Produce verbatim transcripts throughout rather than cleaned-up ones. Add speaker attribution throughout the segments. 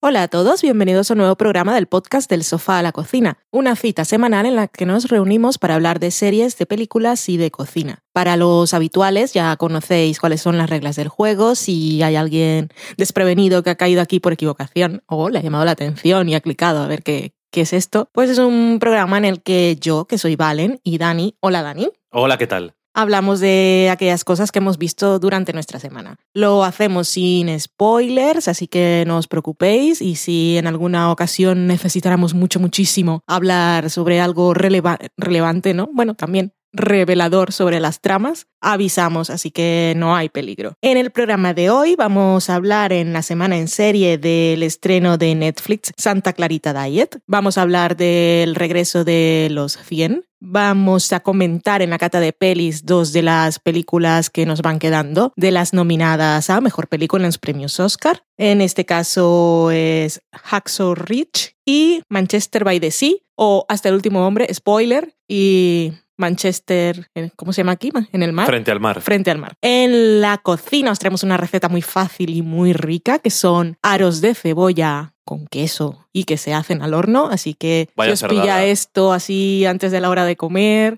Speaker 1: Hola a todos, bienvenidos a un nuevo programa del podcast Del Sofá a la Cocina, una cita semanal en la que nos reunimos para hablar de series, de películas y de cocina. Para los habituales ya conocéis cuáles son las reglas del juego. Si hay alguien desprevenido que ha caído aquí por equivocación o le ha llamado la atención y ha clicado a ver qué, qué es esto, pues es un programa en el que yo, que soy Valen, y Dani, hola Dani.
Speaker 2: Hola, ¿qué tal?
Speaker 1: Hablamos de aquellas cosas que hemos visto durante nuestra semana. Lo hacemos sin spoilers, así que no os preocupéis, y si en alguna ocasión necesitáramos mucho, muchísimo hablar sobre algo releva- relevante, ¿no? Bueno, también revelador sobre las tramas, avisamos, así que no hay peligro. En el programa de hoy vamos a hablar en la semana en serie del estreno de Netflix Santa Clarita Diet. Vamos a hablar del regreso de Los cien. Vamos a comentar en la cata de pelis dos de las películas que nos van quedando, de las nominadas a Mejor Película en los premios Oscar. En este caso es Hacksaw Ridge y Manchester by the Sea, o Hasta el último hombre, spoiler, y Manchester, ¿cómo se llama aquí? ¿En el mar?
Speaker 2: Frente al mar.
Speaker 1: Frente al mar. En la cocina os traemos una receta muy fácil y muy rica, que son aros de cebolla con queso y que se hacen al horno, así que
Speaker 2: Vaya
Speaker 1: si os pilla
Speaker 2: cerdada.
Speaker 1: esto así antes de la hora de comer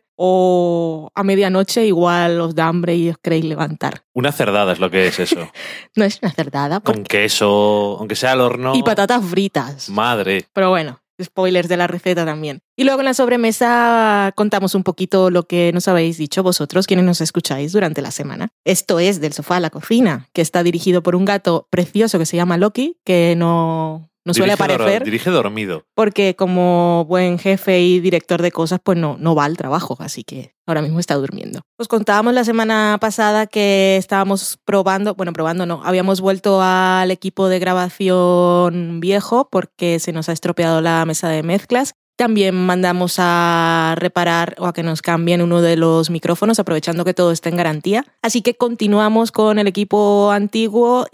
Speaker 1: o a medianoche, igual os da hambre y os queréis levantar.
Speaker 2: Una cerdada es lo que es eso.
Speaker 1: No es una cerdada.
Speaker 2: Con queso, aunque sea al horno.
Speaker 1: Y patatas fritas.
Speaker 2: Madre.
Speaker 1: Pero bueno, spoilers de la receta también. Y luego en la sobremesa contamos un poquito lo que nos habéis dicho vosotros, quienes nos escucháis durante la semana. Esto es Del Sofá a la Cocina, que está dirigido por un gato precioso que se llama Loki, que no... No suele
Speaker 2: dirige
Speaker 1: aparecer.
Speaker 2: Dor- dirige dormido.
Speaker 1: Porque como buen jefe y director de cosas, pues no, no va al trabajo, así que ahora mismo está durmiendo. Os contábamos la semana pasada que estábamos probando, bueno, probando no, habíamos vuelto al equipo de grabación viejo porque se nos ha estropeado la mesa de mezclas. También mandamos a reparar o a que nos cambien uno de los micrófonos, aprovechando que todo está en garantía. Así que continuamos con el equipo antiguo,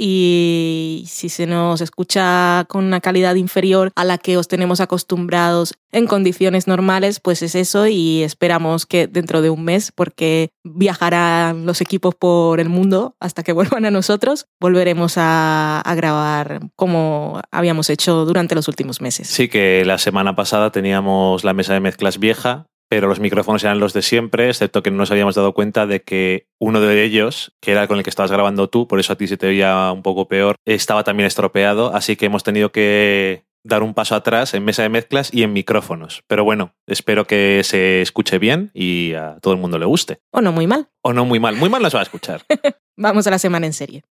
Speaker 1: y si se nos escucha con una calidad inferior a la que os tenemos acostumbrados en condiciones normales, pues es eso, y esperamos que dentro de un mes, porque viajarán los equipos por el mundo hasta que vuelvan a nosotros, volveremos a, a grabar como habíamos hecho durante los últimos meses.
Speaker 2: Sí, que la semana pasada teníamos la mesa de mezclas vieja, pero los micrófonos eran los de siempre, excepto que no nos habíamos dado cuenta de que uno de ellos, que era con el que estabas grabando tú, por eso a ti se te veía un poco peor, estaba también estropeado, así que hemos tenido que dar un paso atrás en mesa de mezclas y en micrófonos. Pero bueno, espero que se escuche bien y a todo el mundo le guste.
Speaker 1: O no muy mal.
Speaker 2: O no muy mal. Muy mal no se va a escuchar.
Speaker 1: Vamos a la semana en serie.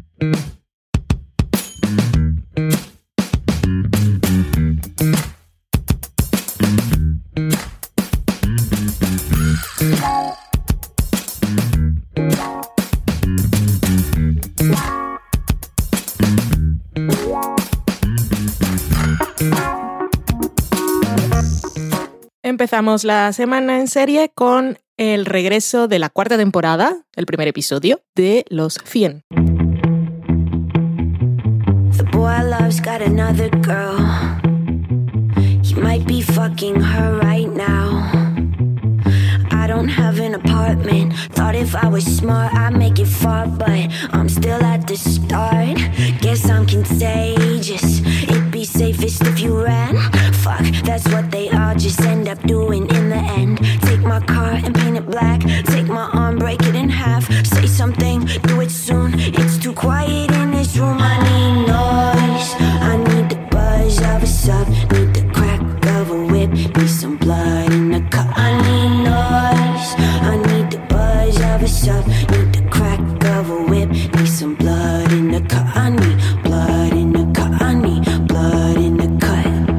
Speaker 1: Empezamos la semana en serie con el regreso de la cuarta temporada, el primer episodio, de Los cien.
Speaker 3: The boy I love's got another girl. He might be fucking her right now. I don't have an apartment. Thought if I was smart I'd make it far, but I'm still at the start. Guess I'm contagious. It'd be safest if you ran. Fuck, that's what they all just end up doing in the end. Take my car and paint it black. Take my arm, break it in half. Say something, do it soon. It's too quiet in this room. I need noise. I need the buzz of a sub. Need the crack of a whip. Need some blood in the cup. I need noise. I need the buzz of a sub. Need the crack of a whip. Need some blood in the cup. I need blood in the cup. I need blood in the cut.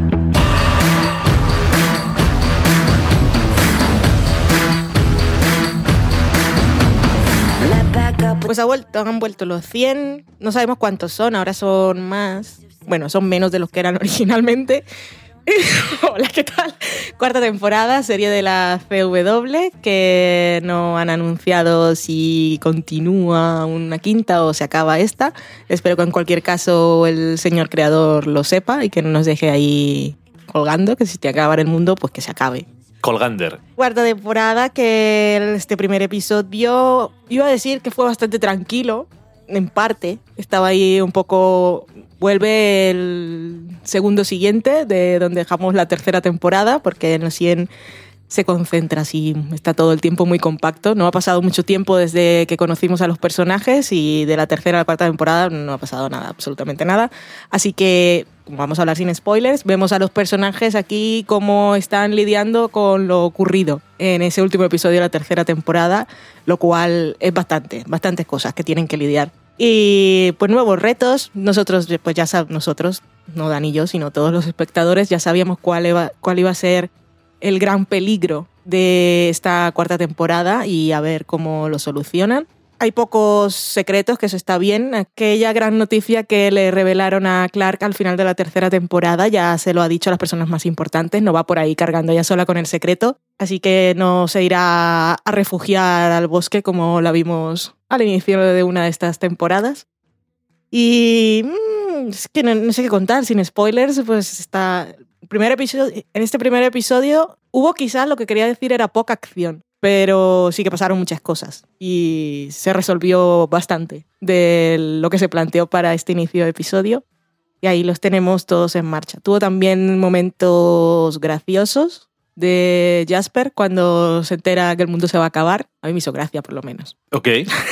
Speaker 1: Pues ha vuelto, han vuelto los cien, no sabemos cuántos son, ahora son más, bueno, son menos de los que eran originalmente. Hola, ¿qué tal? Cuarta temporada, serie de la C W, que no han anunciado si continúa una quinta o se acaba esta. Espero que en cualquier caso el señor creador lo sepa y que no nos deje ahí colgando, que si te acaba el mundo, pues que se acabe.
Speaker 2: Colgander.
Speaker 1: Cuarta temporada, que este primer episodio iba a decir que fue bastante tranquilo, en parte, estaba ahí un poco... Vuelve el segundo siguiente, de donde dejamos la tercera temporada, porque en los cien se concentra así, está todo el tiempo muy compacto. No ha pasado mucho tiempo desde que conocimos a los personajes y de la tercera a la cuarta temporada no ha pasado nada, absolutamente nada. Así que, como vamos a hablar sin spoilers, vemos a los personajes aquí cómo están lidiando con lo ocurrido en ese último episodio de la tercera temporada, lo cual es bastante, bastantes cosas que tienen que lidiar. Y pues nuevos retos, nosotros, pues ya sabemos, nosotros, no Dani y yo, sino todos los espectadores, ya sabíamos cuál iba, cuál iba a ser el gran peligro de esta cuarta temporada y a ver cómo lo solucionan. Hay pocos secretos, que eso está bien. Aquella gran noticia que le revelaron a Clark al final de la tercera temporada ya se lo ha dicho a las personas más importantes, no va por ahí cargando ella sola con el secreto, así que no se irá a refugiar al bosque como la vimos al inicio de una de estas temporadas. Y mmm, es que no, no sé qué contar, sin spoilers, pues está... El primer episodio, en este primer episodio hubo quizás, lo que quería decir era poca acción, pero sí que pasaron muchas cosas y se resolvió bastante de lo que se planteó para este inicio de episodio y ahí los tenemos todos en marcha. Tuvo también momentos graciosos de Jasper cuando se entera que el mundo se va a acabar. A mí me hizo gracia, por lo menos.
Speaker 2: Ok.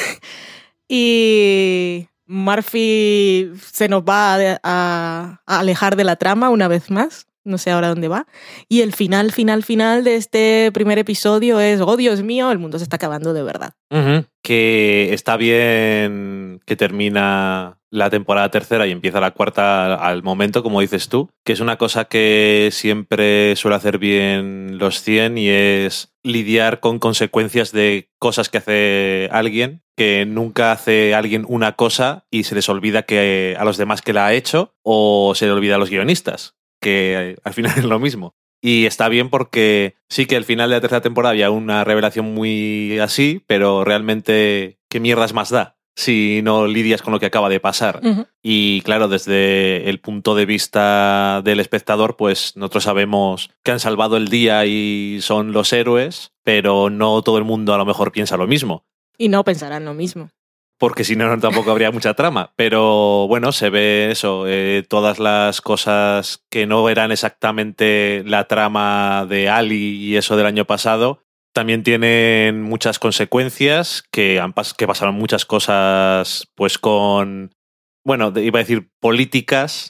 Speaker 1: Y Murphy se nos va a, a, a alejar de la trama una vez más. No sé ahora dónde va. Y el final, final, final de este primer episodio es, oh Dios mío, el mundo se está acabando de verdad.
Speaker 2: Uh-huh. Que está bien que termina la temporada tercera y empieza la cuarta al momento, como dices tú, que es una cosa que siempre suele hacer bien los cien y es lidiar con consecuencias de cosas que hace alguien, que nunca hace alguien una cosa y se les olvida que a los demás que la ha hecho o se le olvida a los guionistas, que al final es lo mismo. Y está bien porque sí que al final de la tercera temporada había una revelación muy así, pero realmente, ¿qué mierdas más da si no lidias con lo que acaba de pasar? Uh-huh. Y claro, desde el punto de vista del espectador, pues nosotros sabemos que han salvado el día y son los héroes, pero no todo el mundo a lo mejor piensa lo mismo.
Speaker 1: Y no pensarán lo mismo.
Speaker 2: Porque si no, tampoco habría mucha trama. Pero bueno, se ve eso, eh, todas las cosas que no eran exactamente la trama de Ali y eso del año pasado, también tienen muchas consecuencias, que, han pas- que pasaron muchas cosas pues con, bueno, iba a decir políticas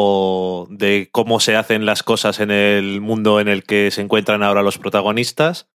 Speaker 2: o de cómo se hacen las cosas en el mundo en el que se encuentran ahora los protagonistas.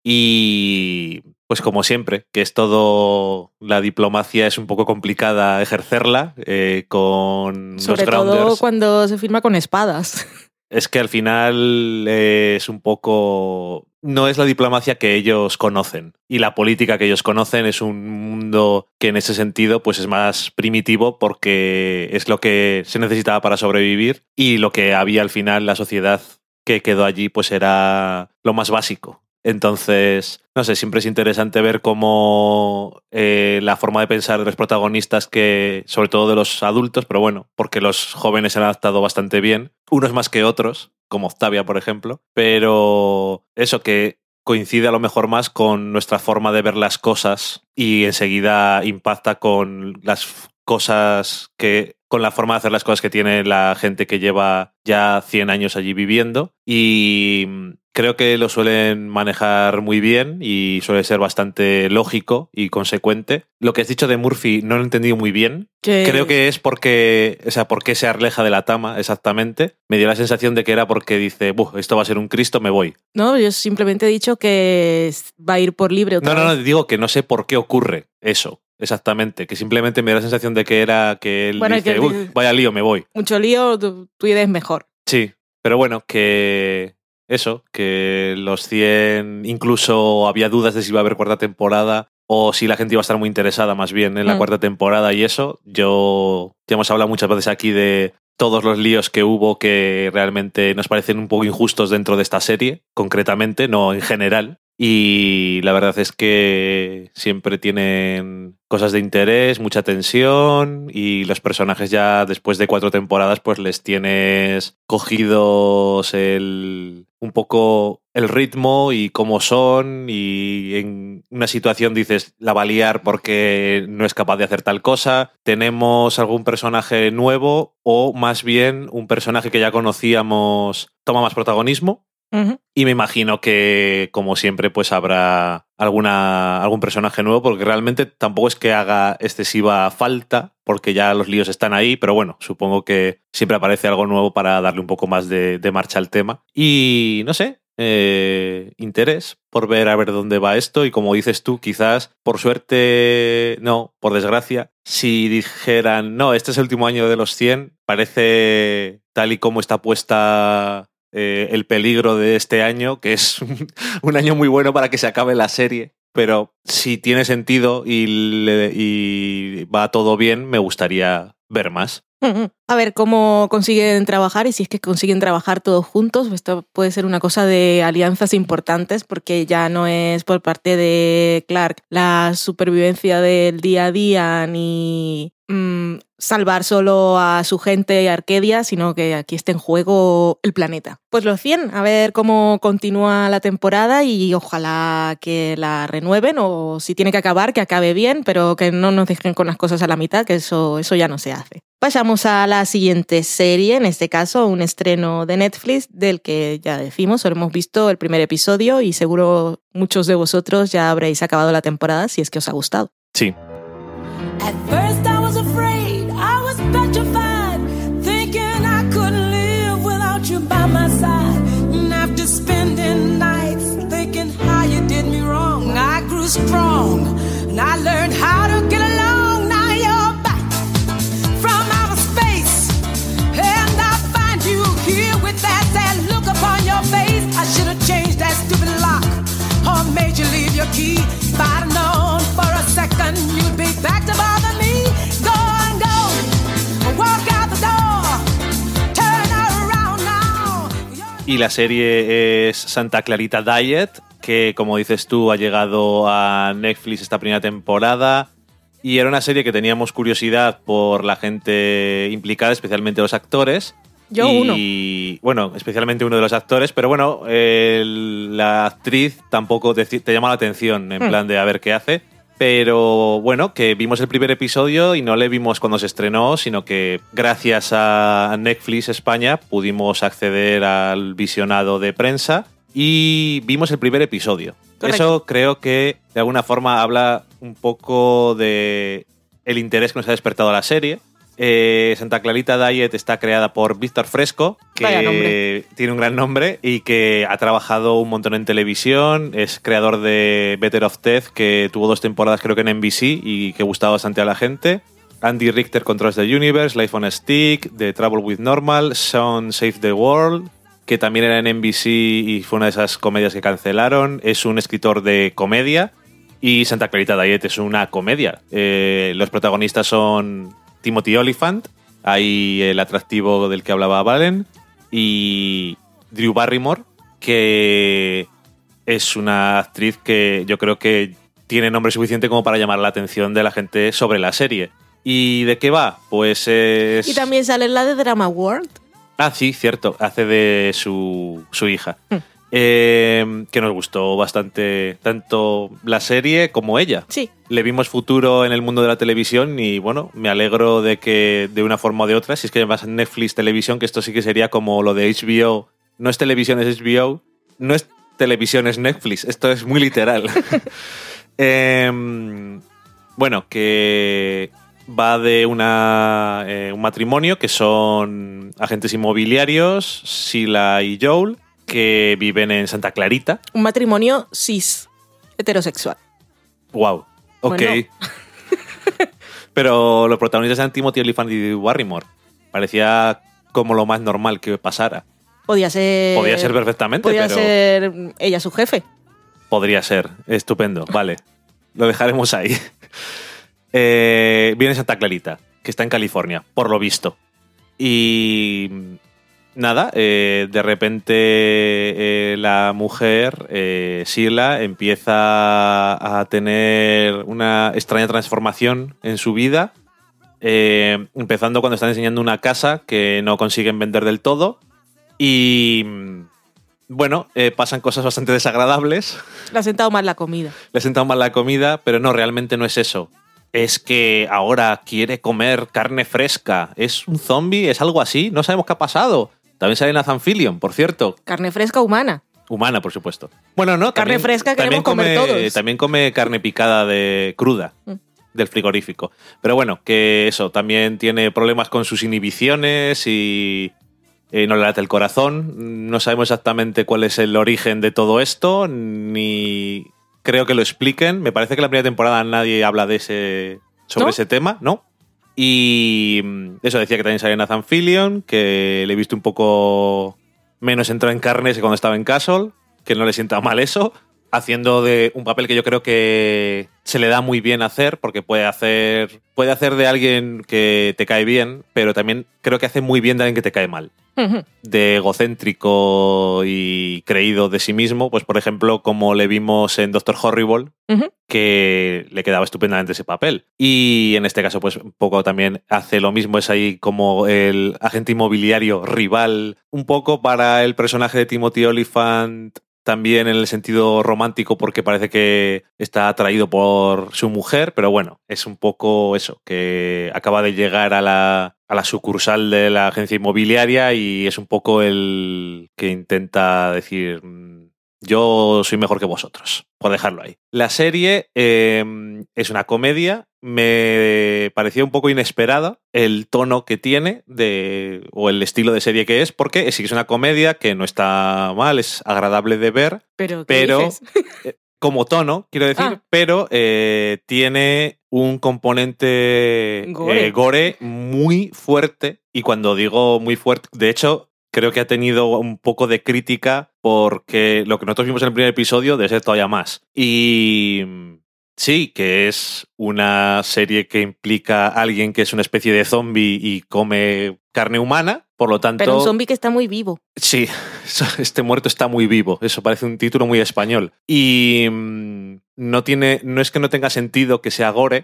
Speaker 2: Y pues como siempre, que es todo, la diplomacia es un poco complicada ejercerla eh, con
Speaker 1: sobre
Speaker 2: los grounders.
Speaker 1: Todo cuando se firma con espadas.
Speaker 2: Es que al final es un poco... No es la diplomacia que ellos conocen. Y la política que ellos conocen es un mundo que en ese sentido pues es más primitivo porque es lo que se necesitaba para sobrevivir y lo que había al final, la sociedad que quedó allí pues era lo más básico. Entonces, no sé, siempre es interesante ver cómo eh, la forma de pensar de los protagonistas, que sobre todo de los adultos, pero bueno, porque los jóvenes se han adaptado bastante bien, unos más que otros, como Octavia, por ejemplo, pero eso que coincide a lo mejor más con nuestra forma de ver las cosas y enseguida impacta con las cosas que... con la forma de hacer las cosas que tiene la gente que lleva ya cien años allí viviendo, y creo que lo suelen manejar muy bien y suele ser bastante lógico y consecuente. Lo que has dicho de Murphy no lo he entendido muy bien. Creo que es porque, o sea, por qué se aleja de la trama exactamente. Me dio la sensación de que era porque dice, Buf, esto va a ser un Cristo, me voy.
Speaker 1: No, yo simplemente he dicho que va a ir por libre otra
Speaker 2: No,
Speaker 1: vez.
Speaker 2: no, no, digo que no sé por qué ocurre eso. Exactamente, que simplemente me da la sensación de que era que él
Speaker 1: bueno,
Speaker 2: dice,
Speaker 1: que,
Speaker 2: uy, vaya lío, me voy.
Speaker 1: Mucho lío, tu, tu idea es mejor.
Speaker 2: Sí, pero bueno, que eso, que los cien, incluso había dudas de si iba a haber cuarta temporada o si la gente iba a estar muy interesada más bien en la mm. cuarta temporada y eso. Yo, ya hemos hablado muchas veces aquí de todos los líos que hubo que realmente nos parecen un poco injustos dentro de esta serie, concretamente, no en general. Y la verdad es que siempre tienen cosas de interés, mucha tensión, y los personajes ya después de cuatro temporadas pues les tienes cogidos el, un poco el ritmo y cómo son, y en una situación dices la va a liar porque no es capaz de hacer tal cosa. Tenemos algún personaje nuevo o más bien un personaje que ya conocíamos toma más protagonismo.
Speaker 1: Uh-huh.
Speaker 2: Y me imagino que, como siempre, pues habrá alguna, algún personaje nuevo, porque realmente tampoco es que haga excesiva falta, porque ya los líos están ahí, pero bueno, supongo que siempre aparece algo nuevo para darle un poco más de, de marcha al tema. Y no sé, eh, interés por ver a ver dónde va esto, y como dices tú, quizás, por suerte, no, por desgracia, si dijeran, no, este es el último año de los cien, parece tal y como está puesta... Eh, el peligro de este año, que es un, un año muy bueno para que se acabe la serie, pero si tiene sentido y, le, y va todo bien, me gustaría ver más.
Speaker 1: A ver cómo consiguen trabajar, y si es que consiguen trabajar todos juntos, esto puede ser una cosa de alianzas importantes, porque ya no es por parte de Clark la supervivencia del día a día ni mmm, salvar solo a su gente y a Arcadia, sino que aquí está en juego el planeta. Pues los cien, a ver cómo continúa la temporada, y ojalá que la renueven, o si tiene que acabar, que acabe bien, pero que no nos dejen con las cosas a la mitad, que eso, eso ya no se hace. Pasamos a la siguiente serie, en este caso un estreno de Netflix del que ya decimos, solo hemos visto el primer episodio y seguro muchos de vosotros ya habréis acabado la temporada si es que os ha gustado.
Speaker 2: Sí.
Speaker 4: At first I was afraid, I was petrified, thinking I couldn't live without you by my side. And after spending nights thinking how you did me wrong, I grew strong and I learned how to get along. Here with that sad look upon your face, I should have changed that stupid lock or made you leave your key. If I'd have known for a second you'd be back to bother me. Go and go, walk out the door, turn around now.
Speaker 2: Y la serie es Santa Clarita Diet, que como dices tú ha llegado a Netflix esta primera temporada. Y era una serie que teníamos curiosidad por la gente implicada, especialmente los actores.
Speaker 1: Yo
Speaker 2: y,
Speaker 1: uno.
Speaker 2: Y bueno, especialmente uno de los actores, pero bueno, el, la actriz tampoco te, te llama la atención, en hmm. plan de a ver qué hace. Pero bueno, que vimos el primer episodio y no le vimos cuando se estrenó, sino que gracias a Netflix España pudimos acceder al visionado de prensa y vimos el primer episodio. Correcto. Eso creo que de alguna forma habla un poco de el interés que nos ha despertado la serie. Eh, Santa Clarita Diet está creada por Víctor Fresco, que tiene un gran nombre y que ha trabajado un montón en televisión. Es creador de Better of Death, que tuvo dos temporadas creo que en N B C y que gustaba bastante a la gente. Andy Richter Controls the Universe, Life on a Stick, The Trouble with Normal, Sean Save the World, que también era en N B C y fue una de esas comedias que cancelaron. Es un escritor de comedia y Santa Clarita Diet es una comedia. Eh, los protagonistas son Timothy Olyphant, ahí el atractivo del que hablaba Valen, y Drew Barrymore, que es una actriz que yo creo que tiene nombre suficiente como para llamar la atención de la gente sobre la serie. ¿Y de qué va? Pues es...
Speaker 1: Y también sale en la de Drama World.
Speaker 2: Ah, sí, cierto, hace de su, su hija. Hmm. Eh, que nos gustó bastante tanto la serie como ella.
Speaker 1: Sí.
Speaker 2: Le vimos futuro en el mundo de la televisión y bueno, me alegro de que de una forma o de otra, si es que vas en Netflix Televisión, que esto sí que sería como lo de H B O, no es televisión, es H B O, no es televisión, es Netflix, esto es muy literal. eh, bueno, que va de una, eh, un matrimonio que son agentes inmobiliarios, Sheila y Joel, que viven en Santa Clarita.
Speaker 1: Un matrimonio cis, heterosexual.
Speaker 2: Wow, ok. Bueno. Pero los protagonistas eran Timothy Olyphant y Barrymore. Parecía como lo más normal que pasara.
Speaker 1: Podía ser...
Speaker 2: Podía ser perfectamente,
Speaker 1: Podía
Speaker 2: pero...
Speaker 1: ser ella su jefe.
Speaker 2: Podría ser, estupendo, vale. Lo dejaremos ahí. Eh, viene Santa Clarita, que está en California, por lo visto. Y... nada, eh, de repente eh, la mujer, eh, Sheila, empieza a tener una extraña transformación en su vida, eh, empezando cuando están enseñando una casa que no consiguen vender del todo y... Bueno, eh, pasan cosas bastante desagradables.
Speaker 1: Le ha sentado mal la comida.
Speaker 2: Le ha sentado mal la comida, pero no, realmente no es eso. Es que ahora quiere comer carne fresca. ¿Es un zombie? ¿Es algo así? No sabemos qué ha pasado. También sale Nathan Fillion, por cierto.
Speaker 1: Carne fresca humana.
Speaker 2: Humana, por supuesto. Bueno, no,
Speaker 1: carne
Speaker 2: también,
Speaker 1: fresca
Speaker 2: también
Speaker 1: queremos
Speaker 2: come,
Speaker 1: comer todos.
Speaker 2: También come carne picada de cruda. Mm. Del frigorífico. Pero bueno, que eso, también tiene problemas con sus inhibiciones y... Eh, no le late el corazón, no sabemos exactamente cuál es el origen de todo esto, ni creo que lo expliquen. Me parece que en la primera temporada nadie habla de ese sobre ¿No? ese tema, ¿no? Y eso, decía que también sale Nathan Fillion, que le he visto un poco menos entrar en carnes que cuando estaba en Castle, que no le sienta mal eso, haciendo de un papel que yo creo que se le da muy bien hacer, porque puede hacer, puede hacer de alguien que te cae bien, pero también creo que hace muy bien de alguien que te cae mal. Uh-huh. De egocéntrico y creído de sí mismo, pues por ejemplo, como le vimos en Doctor Horrible, uh-huh. que le quedaba estupendamente ese papel. Y en este caso, pues un poco también hace lo mismo, es ahí como el agente inmobiliario rival, un poco para el personaje de Timothy Olyphant, también en el sentido romántico porque parece que está atraído por su mujer, pero bueno, es un poco eso, que acaba de llegar a la, a la sucursal de la agencia inmobiliaria y es un poco el que intenta decir... Yo soy mejor que vosotros, por dejarlo ahí. La serie eh, es una comedia, me pareció un poco inesperada el tono que tiene de, o el estilo de serie que es, porque sí que es una comedia que no está mal, es agradable de ver,
Speaker 1: pero,
Speaker 2: pero eh, como tono, quiero decir, ah. pero eh, tiene un componente
Speaker 1: gore.
Speaker 2: Eh, gore muy fuerte, y cuando digo muy fuerte, de hecho... Creo que ha tenido un poco de crítica porque lo que nosotros vimos en el primer episodio debe ser todavía más. Y sí, que es una serie que implica a alguien que es una especie de zombie y come carne humana, por lo tanto...
Speaker 1: Pero un zombie que está muy vivo.
Speaker 2: Sí, este muerto está muy vivo. Eso parece un título muy español. Y no tiene, no es que no tenga sentido que sea gore,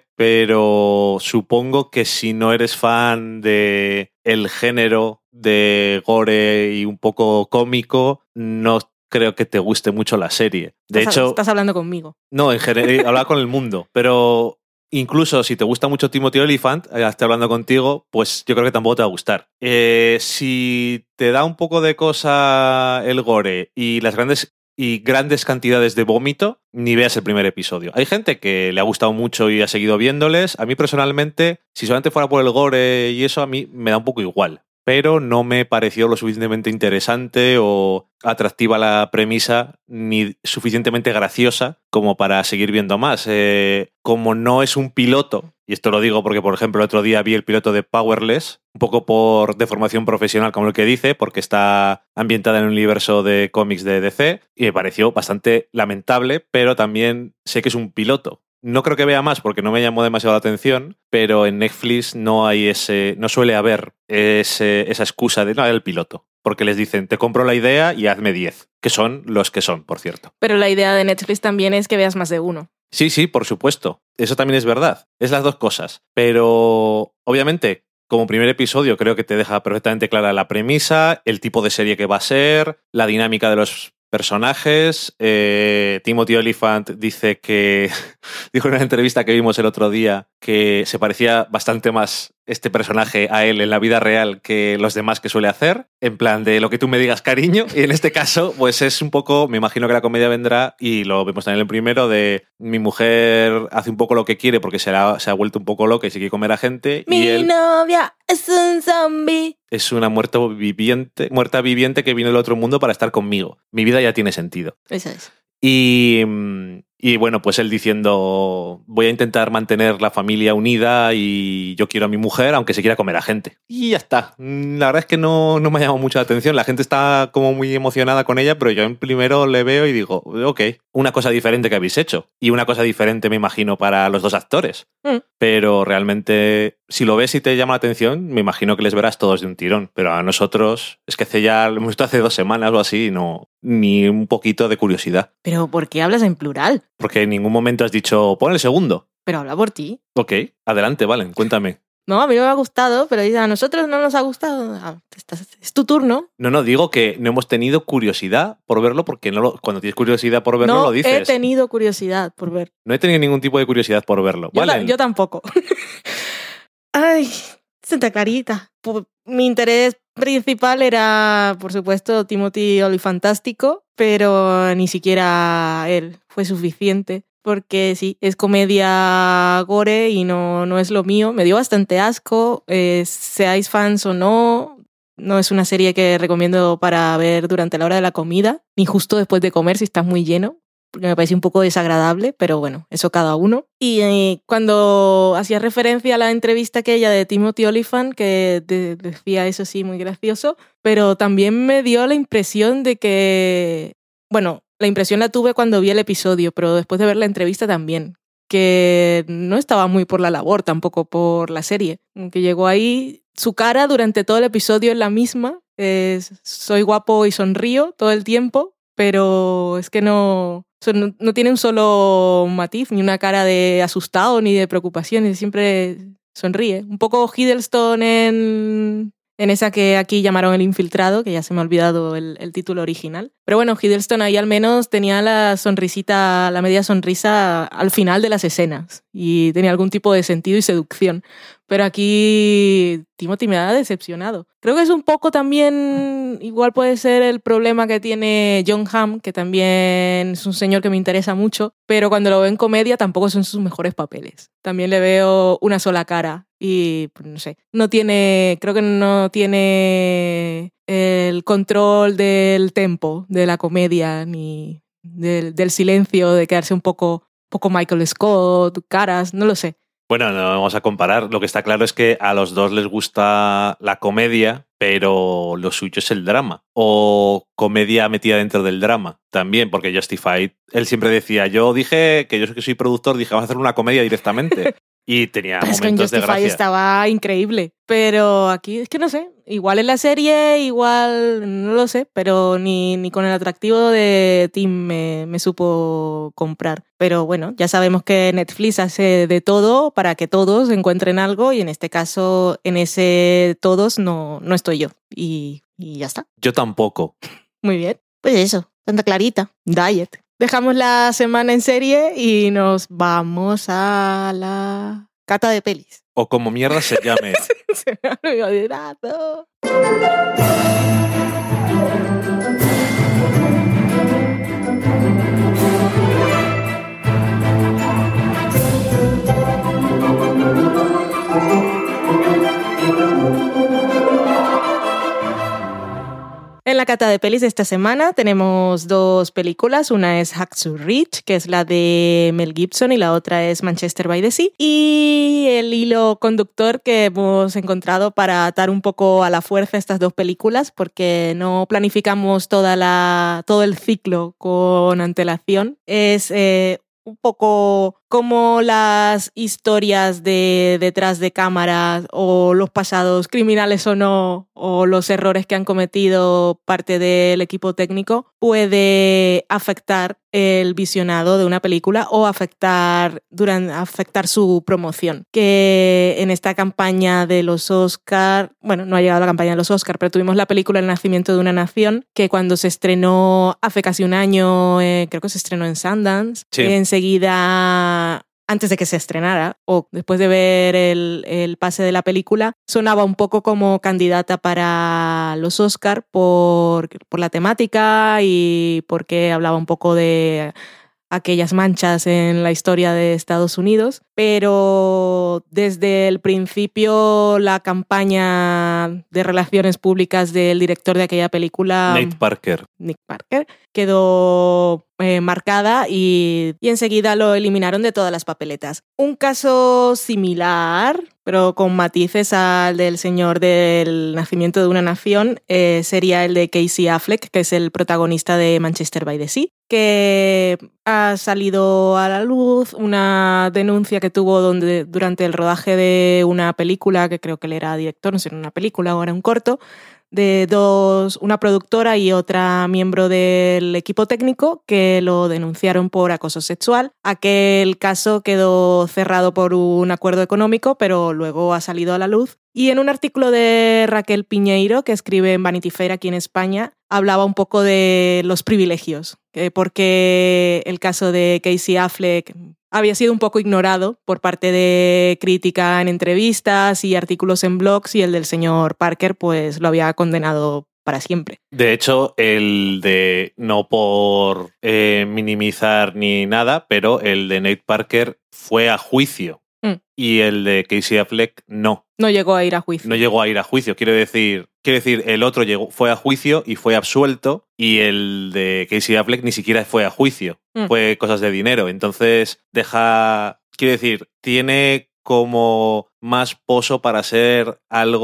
Speaker 2: pero supongo que si no eres fan de el género de gore y un poco cómico, no creo que te guste mucho la serie. De
Speaker 1: estás,
Speaker 2: hecho,
Speaker 1: estás hablando conmigo.
Speaker 2: No, en general, hablaba con el mundo, pero incluso si te gusta mucho Timothy Olyphant, eh, estoy hablando contigo, pues yo creo que tampoco te va a gustar. Eh, si te da un poco de cosa el gore y las grandes y grandes cantidades de vómito, ni veas el primer episodio. Hay gente que le ha gustado mucho y ha seguido viéndoles. A mí personalmente, si solamente fuera por el gore y eso, a mí me da un poco igual. Pero no me pareció lo suficientemente interesante o atractiva la premisa, ni suficientemente graciosa como para seguir viendo más. Eh, como no es un piloto, y esto lo digo porque, por ejemplo, el otro día vi el piloto de Powerless, un poco por deformación profesional, como el que dice, porque está ambientada en un universo de cómics de D C, y me pareció bastante lamentable, pero también sé que es un piloto. No creo que vea más porque no me llamó demasiado la atención, pero en Netflix no hay ese, no suele haber ese, esa excusa de no, el piloto. Porque les dicen, te compro la idea y hazme diez, que son los que son, por cierto.
Speaker 1: Pero la idea de Netflix también es que veas más de uno.
Speaker 2: Sí, sí, por supuesto. Eso también es verdad. Es las dos cosas. Pero, obviamente, como primer episodio creo que te deja perfectamente clara la premisa, el tipo de serie que va a ser, la dinámica de los personajes. Eh, Timothy Olyphant dice que dijo en una entrevista que vimos el otro día que se parecía bastante más este personaje a él en la vida real que los demás que suele hacer, en plan de lo que tú me digas, cariño, y en este caso pues es un poco, me imagino que la comedia vendrá, y lo vemos también en el primero, de mi mujer hace un poco lo que quiere porque se, la, se ha vuelto un poco loca y se quiere comer a gente.
Speaker 1: Mi
Speaker 2: y él
Speaker 1: novia es un zombie.
Speaker 2: Es una muerta viviente, muerta viviente que vino del otro mundo para estar conmigo. Mi vida ya tiene sentido.
Speaker 1: Eso es.
Speaker 2: Y, y bueno, pues él diciendo, voy a intentar mantener la familia unida y yo quiero a mi mujer aunque se quiera comer a gente. Y ya está. La verdad es que no, no me ha llamado mucho la atención. La gente está como muy emocionada con ella, pero yo en primero le veo y digo, ok, una cosa diferente que habéis hecho. Y una cosa diferente, me imagino, para los dos actores. Mm. Pero realmente si lo ves y te llama la atención, me imagino que les verás todos de un tirón. Pero a nosotros, es que hace ya, lo hemos visto hace dos semanas o así, no, ni un poquito de curiosidad.
Speaker 1: Pero ¿por qué hablas en plural?
Speaker 2: Porque en ningún momento has dicho, pon el segundo.
Speaker 1: Pero habla por ti.
Speaker 2: Ok, adelante, Valen, cuéntame.
Speaker 1: No, a mí no me ha gustado, pero a nosotros no nos ha gustado. Ah, estás- es tu turno.
Speaker 2: No, no, digo que no hemos tenido curiosidad por verlo porque no lo, cuando tienes curiosidad por verlo
Speaker 1: no
Speaker 2: lo
Speaker 1: he
Speaker 2: dices.
Speaker 1: tenido curiosidad por ver.
Speaker 2: No he tenido ningún tipo de curiosidad por verlo.
Speaker 1: Yo, ta-
Speaker 2: Valen,
Speaker 1: yo tampoco. Ay, Santa Clarita. Pu- Mi interés principal era, por supuesto, Timothy Olyfantástico, pero ni siquiera él fue suficiente. Porque sí, es comedia gore y no, no es lo mío. Me dio bastante asco. Eh, seáis fans o no, no es una serie que recomiendo para ver durante la hora de la comida, ni justo después de comer si estás muy lleno, porque me parece un poco desagradable, pero bueno, eso cada uno. Y eh, cuando hacía referencia a la entrevista aquella de Timothy Olyphant, que de- decía eso sí, muy gracioso, pero también me dio la impresión de que, bueno, la impresión la tuve cuando vi el episodio, pero después de ver la entrevista también, que no estaba muy por la labor, tampoco por la serie. Que llegó ahí, su cara durante todo el episodio es la misma, es, soy guapo y sonrío todo el tiempo, pero es que no, no, no tiene un solo matiz, ni una cara de asustado ni de preocupación, y siempre sonríe. Un poco Hiddleston en... En esa que aquí llamaron El Infiltrado, que ya se me ha olvidado el, el título original. Pero bueno, Hiddleston ahí al menos tenía la sonrisita, la media sonrisa al final de las escenas y tenía algún tipo de sentido y seducción. Pero aquí Timothy me ha decepcionado. Creo que es un poco también, igual puede ser el problema que tiene Jon Hamm, que también es un señor que me interesa mucho, pero cuando lo veo en comedia tampoco son sus mejores papeles. También le veo una sola cara y pues, no sé, no tiene, creo que no tiene el control del tempo de la comedia ni del, del silencio, de quedarse un poco, poco Michael Scott, caras, no lo sé.
Speaker 2: bueno, no vamos a comparar. Lo que está claro es que a los dos les gusta la comedia, pero lo suyo es el drama. O comedia metida dentro del drama también, porque Justified, él siempre decía, yo dije que yo que soy productor, dije, vamos a hacer una comedia directamente. Y tenía
Speaker 1: Es que en
Speaker 2: momentos de
Speaker 1: Justified
Speaker 2: gracia.
Speaker 1: estaba increíble. Pero aquí es que no sé. Igual en la serie, igual no lo sé. Pero ni, ni con el atractivo de Tim me, me supo comprar. Pero bueno, ya sabemos que Netflix hace de todo para que todos encuentren algo. Y en este caso, en ese todos no, no estoy yo. Y, y ya está.
Speaker 2: Yo tampoco.
Speaker 1: Muy bien. Pues eso, Santa Clarita. Diet. Dejamos la semana en serie y nos vamos a la cata de pelis.
Speaker 2: O como mierda se llame.
Speaker 1: Se me ha olvidado. En la cata de pelis de esta semana tenemos dos películas. Una es Hacksaw Ridge, que es la de Mel Gibson, y la otra es Manchester by the Sea. Y el hilo conductor que hemos encontrado para atar un poco a la fuerza estas dos películas, porque no planificamos toda la, todo el ciclo con antelación, es eh, un poco como las historias de detrás de cámaras o los pasados criminales o no, o los errores que han cometido parte del equipo técnico puede afectar el visionado de una película o afectar, durante, afectar su promoción. Que en esta campaña de los Oscar, bueno, no ha llegado la campaña de los Oscar, pero tuvimos la película El nacimiento de una nación, que cuando se estrenó hace casi un año, eh, creo que se estrenó en Sundance,
Speaker 2: Sí.
Speaker 1: enseguida, antes de que se estrenara o después de ver el, el pase de la película, sonaba un poco como candidata para los Oscar por, por la temática y porque hablaba un poco de aquellas manchas en la historia de Estados Unidos, pero desde el principio la campaña de relaciones públicas del director de aquella película,
Speaker 2: Nate Parker.
Speaker 1: Nick Parker, quedó eh, marcada y, y enseguida lo eliminaron de todas las papeletas. Un caso similar pero con matices al del Señor del Nacimiento de una Nación, eh, sería el de Casey Affleck, que es el protagonista de Manchester by the Sea, que ha salido a la luz una denuncia que tuvo donde, durante el rodaje de una película, que creo que él era director, no sé, era una película o era un corto, de dos, una productora y otra miembro del equipo técnico que lo denunciaron por acoso sexual. Aquel caso quedó cerrado por un acuerdo económico, pero luego ha salido a la luz. Y en un artículo de Raquel Piñeiro, que escribe en Vanity Fair aquí en España, hablaba un poco de los privilegios, porque el caso de Casey Affleck había sido un poco ignorado por parte de crítica en entrevistas y artículos en blogs, y el del señor Parker pues lo había condenado para siempre.
Speaker 2: De hecho, el de, no por eh, minimizar ni nada, pero el de Nate Parker fue a juicio. Mm. Y el de Casey Affleck no.
Speaker 1: No llegó a ir a juicio.
Speaker 2: No llegó a ir a juicio. Quiero decir, quiero decir el otro llegó, fue a juicio y fue absuelto, y el de Casey Affleck ni siquiera fue a juicio. Mm. Fue cosas de dinero. Entonces, deja... Quiero decir, tiene como más poso para ser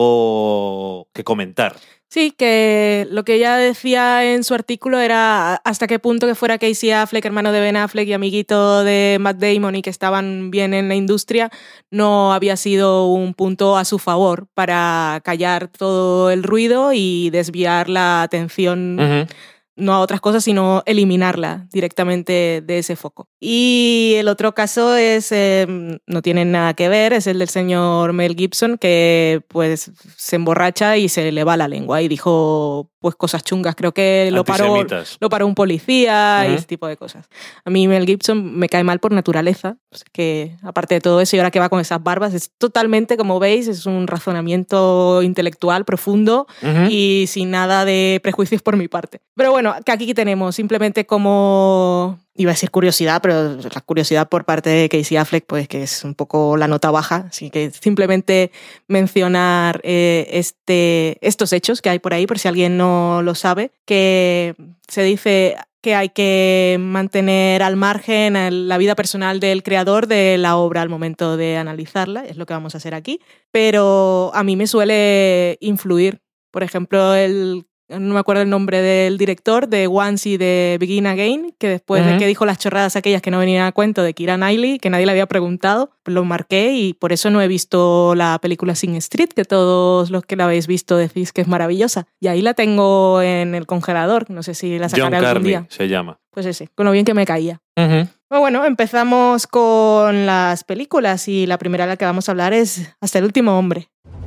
Speaker 2: algo que comentar.
Speaker 1: Sí, que lo que ella decía en su artículo era hasta qué punto que fuera Casey Affleck, hermano de Ben Affleck y amiguito de Matt Damon y que estaban bien en la industria, no había sido un punto a su favor para callar todo el ruido y desviar la atención uh-huh. no a otras cosas, sino eliminarla directamente de ese foco. Y el otro caso es, eh, no tiene nada que ver, es el del señor Mel Gibson, que pues se emborracha y se le va la lengua y dijo pues cosas chungas. Creo que lo paró, lo paró un policía uh-huh. y ese tipo de cosas. A mí Mel Gibson me cae mal por naturaleza, pues que aparte de todo eso y ahora que va con esas barbas, es totalmente, como veis, es un razonamiento intelectual profundo uh-huh. y sin nada de prejuicios por mi parte. Pero bueno, que aquí tenemos simplemente como... Iba a decir curiosidad, pero la curiosidad por parte de Casey Affleck, pues que es un poco la nota baja, así que simplemente mencionar eh, este, estos hechos que hay por ahí, por si alguien no lo sabe, que se dice que hay que mantener al margen la vida personal del creador de la obra al momento de analizarla, es lo que vamos a hacer aquí, pero a mí me suele influir. Por ejemplo, el no me acuerdo el nombre del director de Once y de Begin Again, que después uh-huh. de que dijo las chorradas aquellas que no venían a cuento de Keira Knightley, que nadie le había preguntado, lo marqué y por eso no he visto la película Sing Street, que todos los que la habéis visto decís que es maravillosa. Y ahí la tengo en el congelador, no sé si la sacaré
Speaker 2: John
Speaker 1: algún
Speaker 2: Carney
Speaker 1: día.
Speaker 2: Se llama.
Speaker 1: Pues ese, con lo bien que me caía.
Speaker 2: Uh-huh.
Speaker 1: Bueno, empezamos con las películas y la primera de la que vamos a hablar es Hasta el último hombre.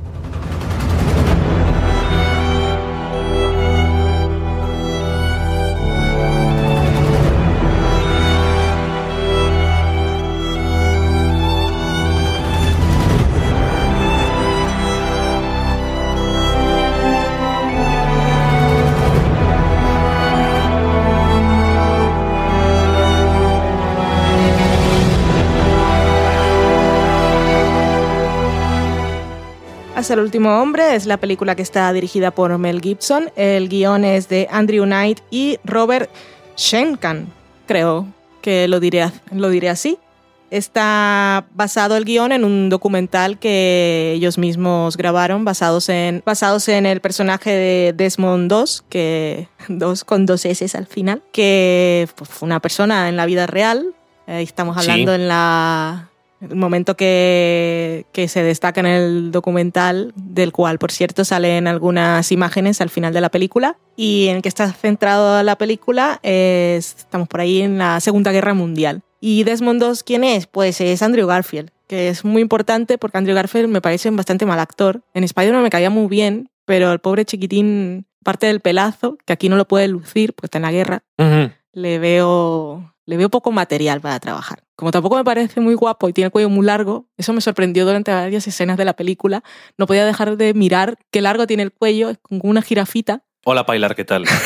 Speaker 1: Hasta el último hombre es la película que está dirigida por Mel Gibson. El guión es de Andrew Knight y Robert Schenkkan, creo que lo diré, lo diré así. Está basado el guión en un documental que ellos mismos grabaron, basados en, basados en el personaje de Desmond Doss, que, dos con dos S al final, que pues, fue una persona en la vida real. Eh, estamos hablando sí. en la... el momento que, que se destaca en el documental, del cual, por cierto, salen algunas imágenes al final de la película, y en el que está centrada la película, es, estamos por ahí en la Segunda Guerra Mundial. ¿Y Desmond Doss quién es? Pues es Andrew Garfield, que es muy importante porque Andrew Garfield me parece un bastante mal actor. En Spider-Man me caía muy bien, pero el pobre chiquitín, parte del pelazo, que aquí no lo puede lucir porque está en la guerra, uh-huh. le veo... Le veo poco material para trabajar. Como tampoco me parece muy guapo y tiene el cuello muy largo, eso me sorprendió durante varias escenas de la película. No podía dejar de mirar qué largo tiene el cuello, es como una jirafita.
Speaker 2: Hola, Pilar, ¿qué tal?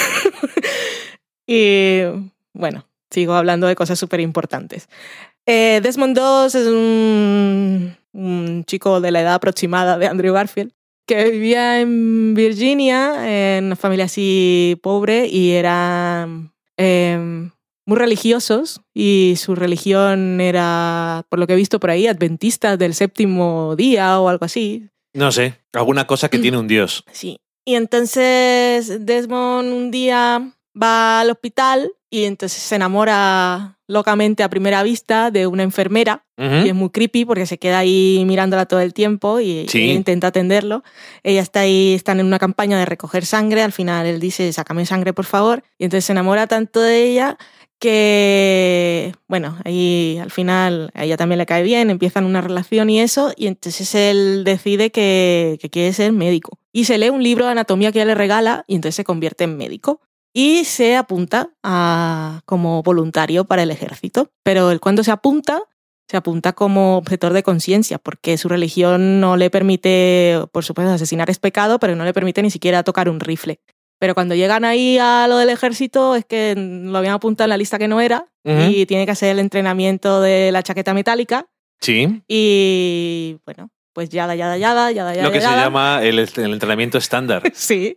Speaker 1: Y bueno, sigo hablando de cosas súper importantes. Eh, Desmond Doss es un, un chico de la edad aproximada de Andrew Garfield, que vivía en Virginia, en una familia así pobre, y era... Eh, muy religiosos y su religión era, por lo que he visto por ahí, adventista del séptimo día o algo así.
Speaker 2: No sé, alguna cosa que tiene un dios.
Speaker 1: Sí. Y entonces Desmond un día va al hospital y entonces se enamora locamente a primera vista de una enfermera. Uh-huh. Y es muy creepy porque se queda ahí mirándola todo el tiempo y,
Speaker 2: sí.
Speaker 1: y intenta atenderlo. Ella está ahí, están en una campaña de recoger sangre. Al final él dice, sácame sangre, por favor. Y entonces se enamora tanto de ella que, bueno, ahí al final a ella también le cae bien, empiezan una relación y eso, y entonces él decide que, que quiere ser médico. Y se lee un libro de anatomía que ella le regala y entonces se convierte en médico. Y se apunta a, como voluntario para el ejército. Pero él cuando se apunta, se apunta como objetor de conciencia, porque su religión no le permite, por supuesto, asesinar es pecado, pero no le permite ni siquiera tocar un rifle. Pero cuando llegan ahí a lo del ejército es que lo habían apuntado en la lista que no era. Uh-huh. Y tiene que hacer el entrenamiento de la chaqueta metálica.
Speaker 2: Sí.
Speaker 1: Y bueno, pues yada, yada, yada, yada, yada.
Speaker 2: Lo que
Speaker 1: yada.
Speaker 2: se llama el, el entrenamiento estándar.
Speaker 1: Sí.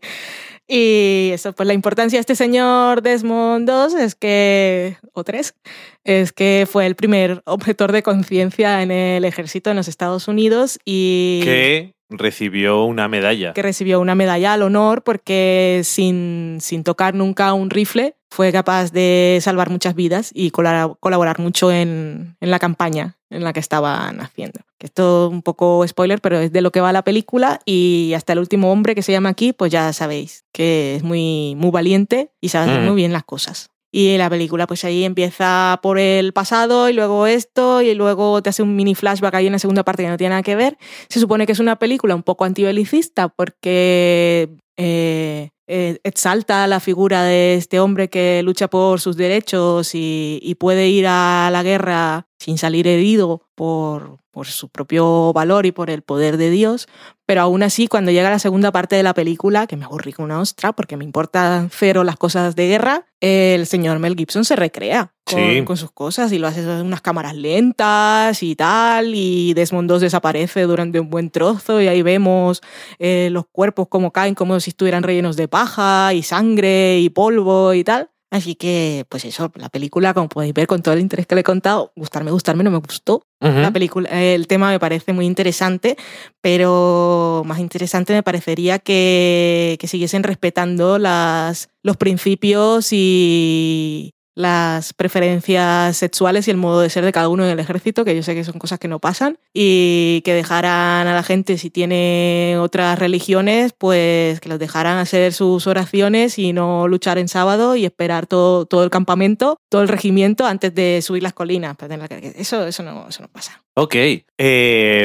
Speaker 1: Y eso, pues la importancia de este señor Desmond dos es que, o tres, es que fue el primer objetor de conciencia en el ejército en los Estados Unidos y...
Speaker 2: Que recibió una medalla.
Speaker 1: Que recibió una medalla al honor porque sin, sin tocar nunca un rifle fue capaz de salvar muchas vidas y colaborar mucho en, en la campaña en la que estaban haciendo. Esto es un poco spoiler, pero es de lo que va la película y hasta el último hombre que se llama aquí, pues ya sabéis que es muy, muy valiente y sabe hacer mm. muy bien las cosas. Y la película pues ahí empieza por el pasado y luego esto y luego te hace un mini flashback ahí en la segunda parte que no tiene nada que ver. Se supone que es una película un poco antibelicista porque eh, eh, exalta la figura de este hombre que lucha por sus derechos y, y puede ir a la guerra sin salir herido por, por su propio valor y por el poder de Dios, pero aún así cuando llega la segunda parte de la película, que me aburrí con una ostra porque me importan cero las cosas de guerra, el señor Mel Gibson se recrea con,
Speaker 2: sí.
Speaker 1: con sus cosas y lo hace en unas cámaras lentas y tal, y Desmond dos desaparece durante un buen trozo y ahí vemos eh, los cuerpos como caen como si estuvieran rellenos de paja y sangre y polvo y tal. Así que, pues eso, la película, como podéis ver, con todo el interés que le he contado, gustarme, gustarme, no me gustó. Uh-huh. La película, el tema me parece muy interesante, pero más interesante me parecería que, que siguiesen respetando las, los principios y las preferencias sexuales y el modo de ser de cada uno en el ejército, que yo sé que son cosas que no pasan, y que dejaran a la gente, si tiene otras religiones, pues que los dejaran hacer sus oraciones y no luchar en sábado y esperar todo, todo el campamento, todo el regimiento antes de subir las colinas. Eso, eso, no, eso no pasa.
Speaker 2: Ok. Eh...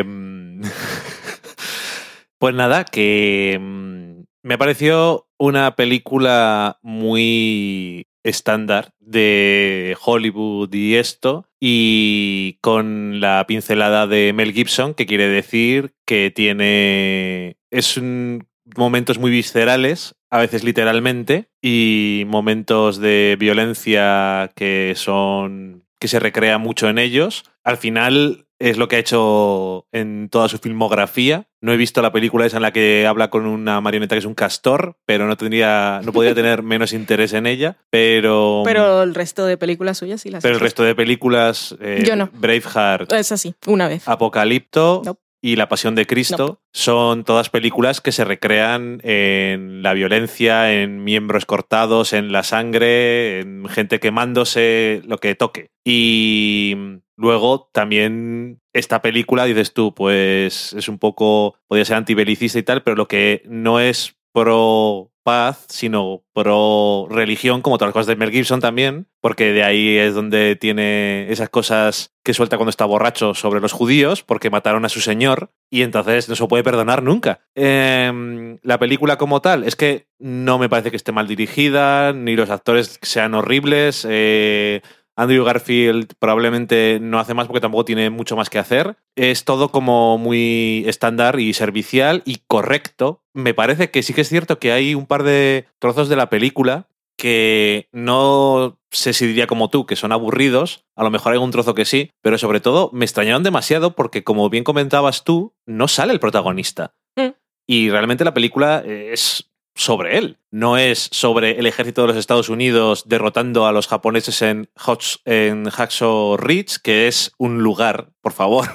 Speaker 2: pues nada, que me pareció una película muy estándar de Hollywood y esto, y con la pincelada de Mel Gibson, que quiere decir que tiene... es un, momentos muy viscerales, a veces literalmente, y momentos de violencia que son... que se recrea mucho en ellos. Al final es lo que ha hecho en toda su filmografía. No he visto la película esa en la que habla con una marioneta que es un castor, pero no tendría, no podría tener menos interés en ella. Pero
Speaker 1: pero el resto de películas suyas sí las.
Speaker 2: Pero el resto de películas, eh,
Speaker 1: yo no.
Speaker 2: Braveheart,
Speaker 1: es así, una vez.
Speaker 2: Apocalipto.
Speaker 1: Nope.
Speaker 2: Y La Pasión de Cristo,
Speaker 1: no.
Speaker 2: son todas películas que se recrean en la violencia, en miembros cortados, en la sangre, en gente quemándose, lo que toque. Y luego también esta película, dices tú, pues es un poco, podría ser antibelicista y tal, pero lo que no es pro paz, sino pro religión, como todas las cosas de Mel Gibson también, porque de ahí es donde tiene esas cosas que suelta cuando está borracho sobre los judíos, porque mataron a su señor, y entonces no se puede perdonar nunca. Eh, la película como tal, es que no me parece que esté mal dirigida, ni los actores sean horribles. eh, Andrew Garfield probablemente no hace más porque tampoco tiene mucho más que hacer. Es todo como muy estándar y servicial y correcto. Me parece que sí que es cierto que hay un par de trozos de la película que no sé si diría como tú, que son aburridos. A lo mejor hay un trozo que sí, pero sobre todo me extrañaron demasiado porque, como bien comentabas tú, no sale el protagonista. Mm. Y realmente la película es sobre él. No es sobre el ejército de los Estados Unidos derrotando a los japoneses en, Hots, en Hacksaw Ridge, que es un lugar, por favor.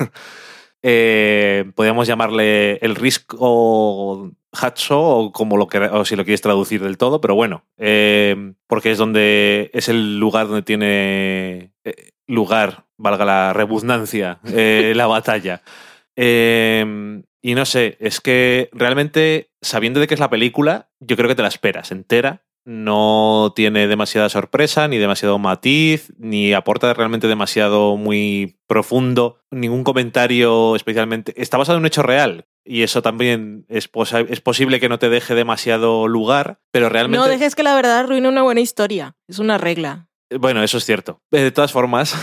Speaker 2: eh, podríamos llamarle el Risco Hacksaw o como lo que, o si lo quieres traducir del todo, pero bueno, eh, porque es donde es el lugar donde tiene eh, lugar, valga la redundancia, eh, la batalla. Eh, y no sé, es que realmente, sabiendo de qué es la película, yo creo que te la esperas entera. No tiene demasiada sorpresa, ni demasiado matiz, ni aporta realmente demasiado muy profundo. Ningún comentario especialmente... Está basado en un hecho real, y eso también es, posa- es posible que no te deje demasiado lugar, pero realmente...
Speaker 1: No dejes que la verdad arruine una buena historia. Es una regla.
Speaker 2: Bueno, eso es cierto. De todas formas...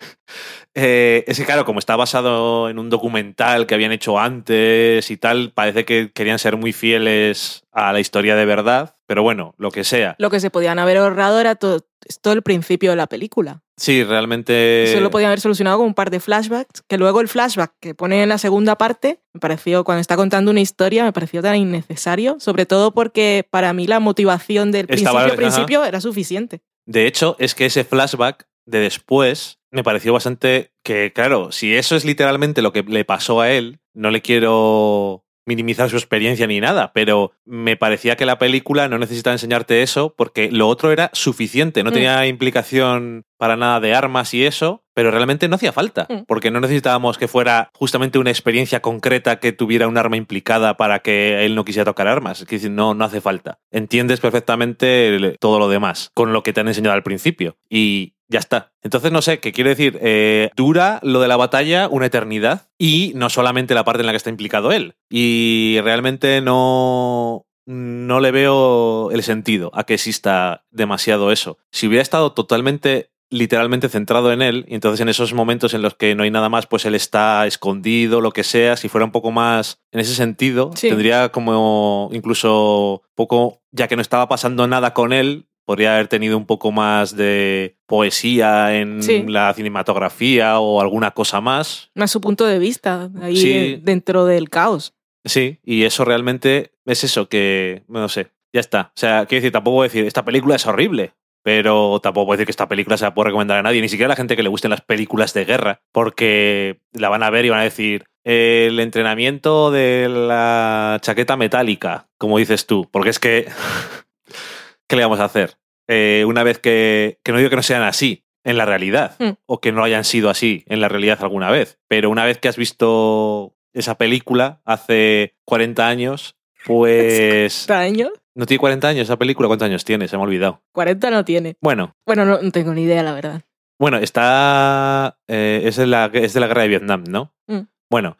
Speaker 2: Eh, es que claro, como está basado en un documental que habían hecho antes y tal, parece que querían ser muy fieles a la historia de verdad, pero bueno, lo que sea.
Speaker 1: Lo que se podían haber ahorrado era todo, todo el principio de la película.
Speaker 2: Sí, realmente...
Speaker 1: Eso lo podían haber solucionado con un par de flashbacks, que luego el flashback que pone en la segunda parte, me pareció, cuando está contando una historia, me pareció tan innecesario, sobre todo porque para mí la motivación del
Speaker 2: Estaba-
Speaker 1: principio,
Speaker 2: ajá.
Speaker 1: principio era suficiente.
Speaker 2: De hecho, es que ese flashback de después me pareció bastante que, claro, si eso es literalmente lo que le pasó a él, no le quiero minimizar su experiencia ni nada, pero me parecía que la película no necesitaba enseñarte eso porque lo otro era suficiente, no
Speaker 1: Mm.
Speaker 2: tenía implicación para nada de armas y eso, pero realmente no hacía falta,
Speaker 1: Mm.
Speaker 2: porque no necesitábamos que fuera justamente una experiencia concreta que tuviera un arma implicada para que él no quisiera tocar armas. Es decir, no, no hace falta. Entiendes perfectamente el- todo lo demás con lo que te han enseñado al principio y ya está. Entonces, no sé, ¿qué quiero decir? Eh, dura lo de la batalla una eternidad y no solamente la parte en la que está implicado él. Y realmente no, no le veo el sentido a que exista demasiado eso. Si hubiera estado totalmente, literalmente centrado en él, y entonces en esos momentos en los que no hay nada más, pues él está escondido, lo que sea, si fuera un poco más en ese sentido,
Speaker 1: Sí.
Speaker 2: tendría como incluso poco, ya que no estaba pasando nada con él, podría haber tenido un poco más de poesía en
Speaker 1: Sí.
Speaker 2: la cinematografía o alguna cosa más.
Speaker 1: Más su punto de vista, ahí
Speaker 2: Sí.
Speaker 1: eh, dentro del caos.
Speaker 2: Sí, y eso realmente es eso que, no sé, ya está. O sea, quiero decir, tampoco voy a decir, esta película es horrible, pero tampoco puedo decir que esta película se la puedo recomendar a nadie, ni siquiera a la gente que le gusten las películas de guerra, porque la van a ver y van a decir, el entrenamiento de la chaqueta metálica, como dices tú, porque es que... ¿Qué le vamos a hacer? Eh, una vez que, que no digo que no sean así en la realidad,
Speaker 1: Mm.
Speaker 2: o que no hayan sido así en la realidad alguna vez, pero una vez que has visto esa película hace cuarenta años, pues...
Speaker 1: ¿cuarenta años?
Speaker 2: ¿No tiene cuarenta años esa película? ¿Cuántos años tiene? Se me ha olvidado.
Speaker 1: cuarenta no tiene.
Speaker 2: Bueno,
Speaker 1: Bueno, no, no tengo ni idea, la verdad.
Speaker 2: bueno, está... eh, es, de la, es de la guerra de Vietnam, ¿no?
Speaker 1: Mm.
Speaker 2: Bueno,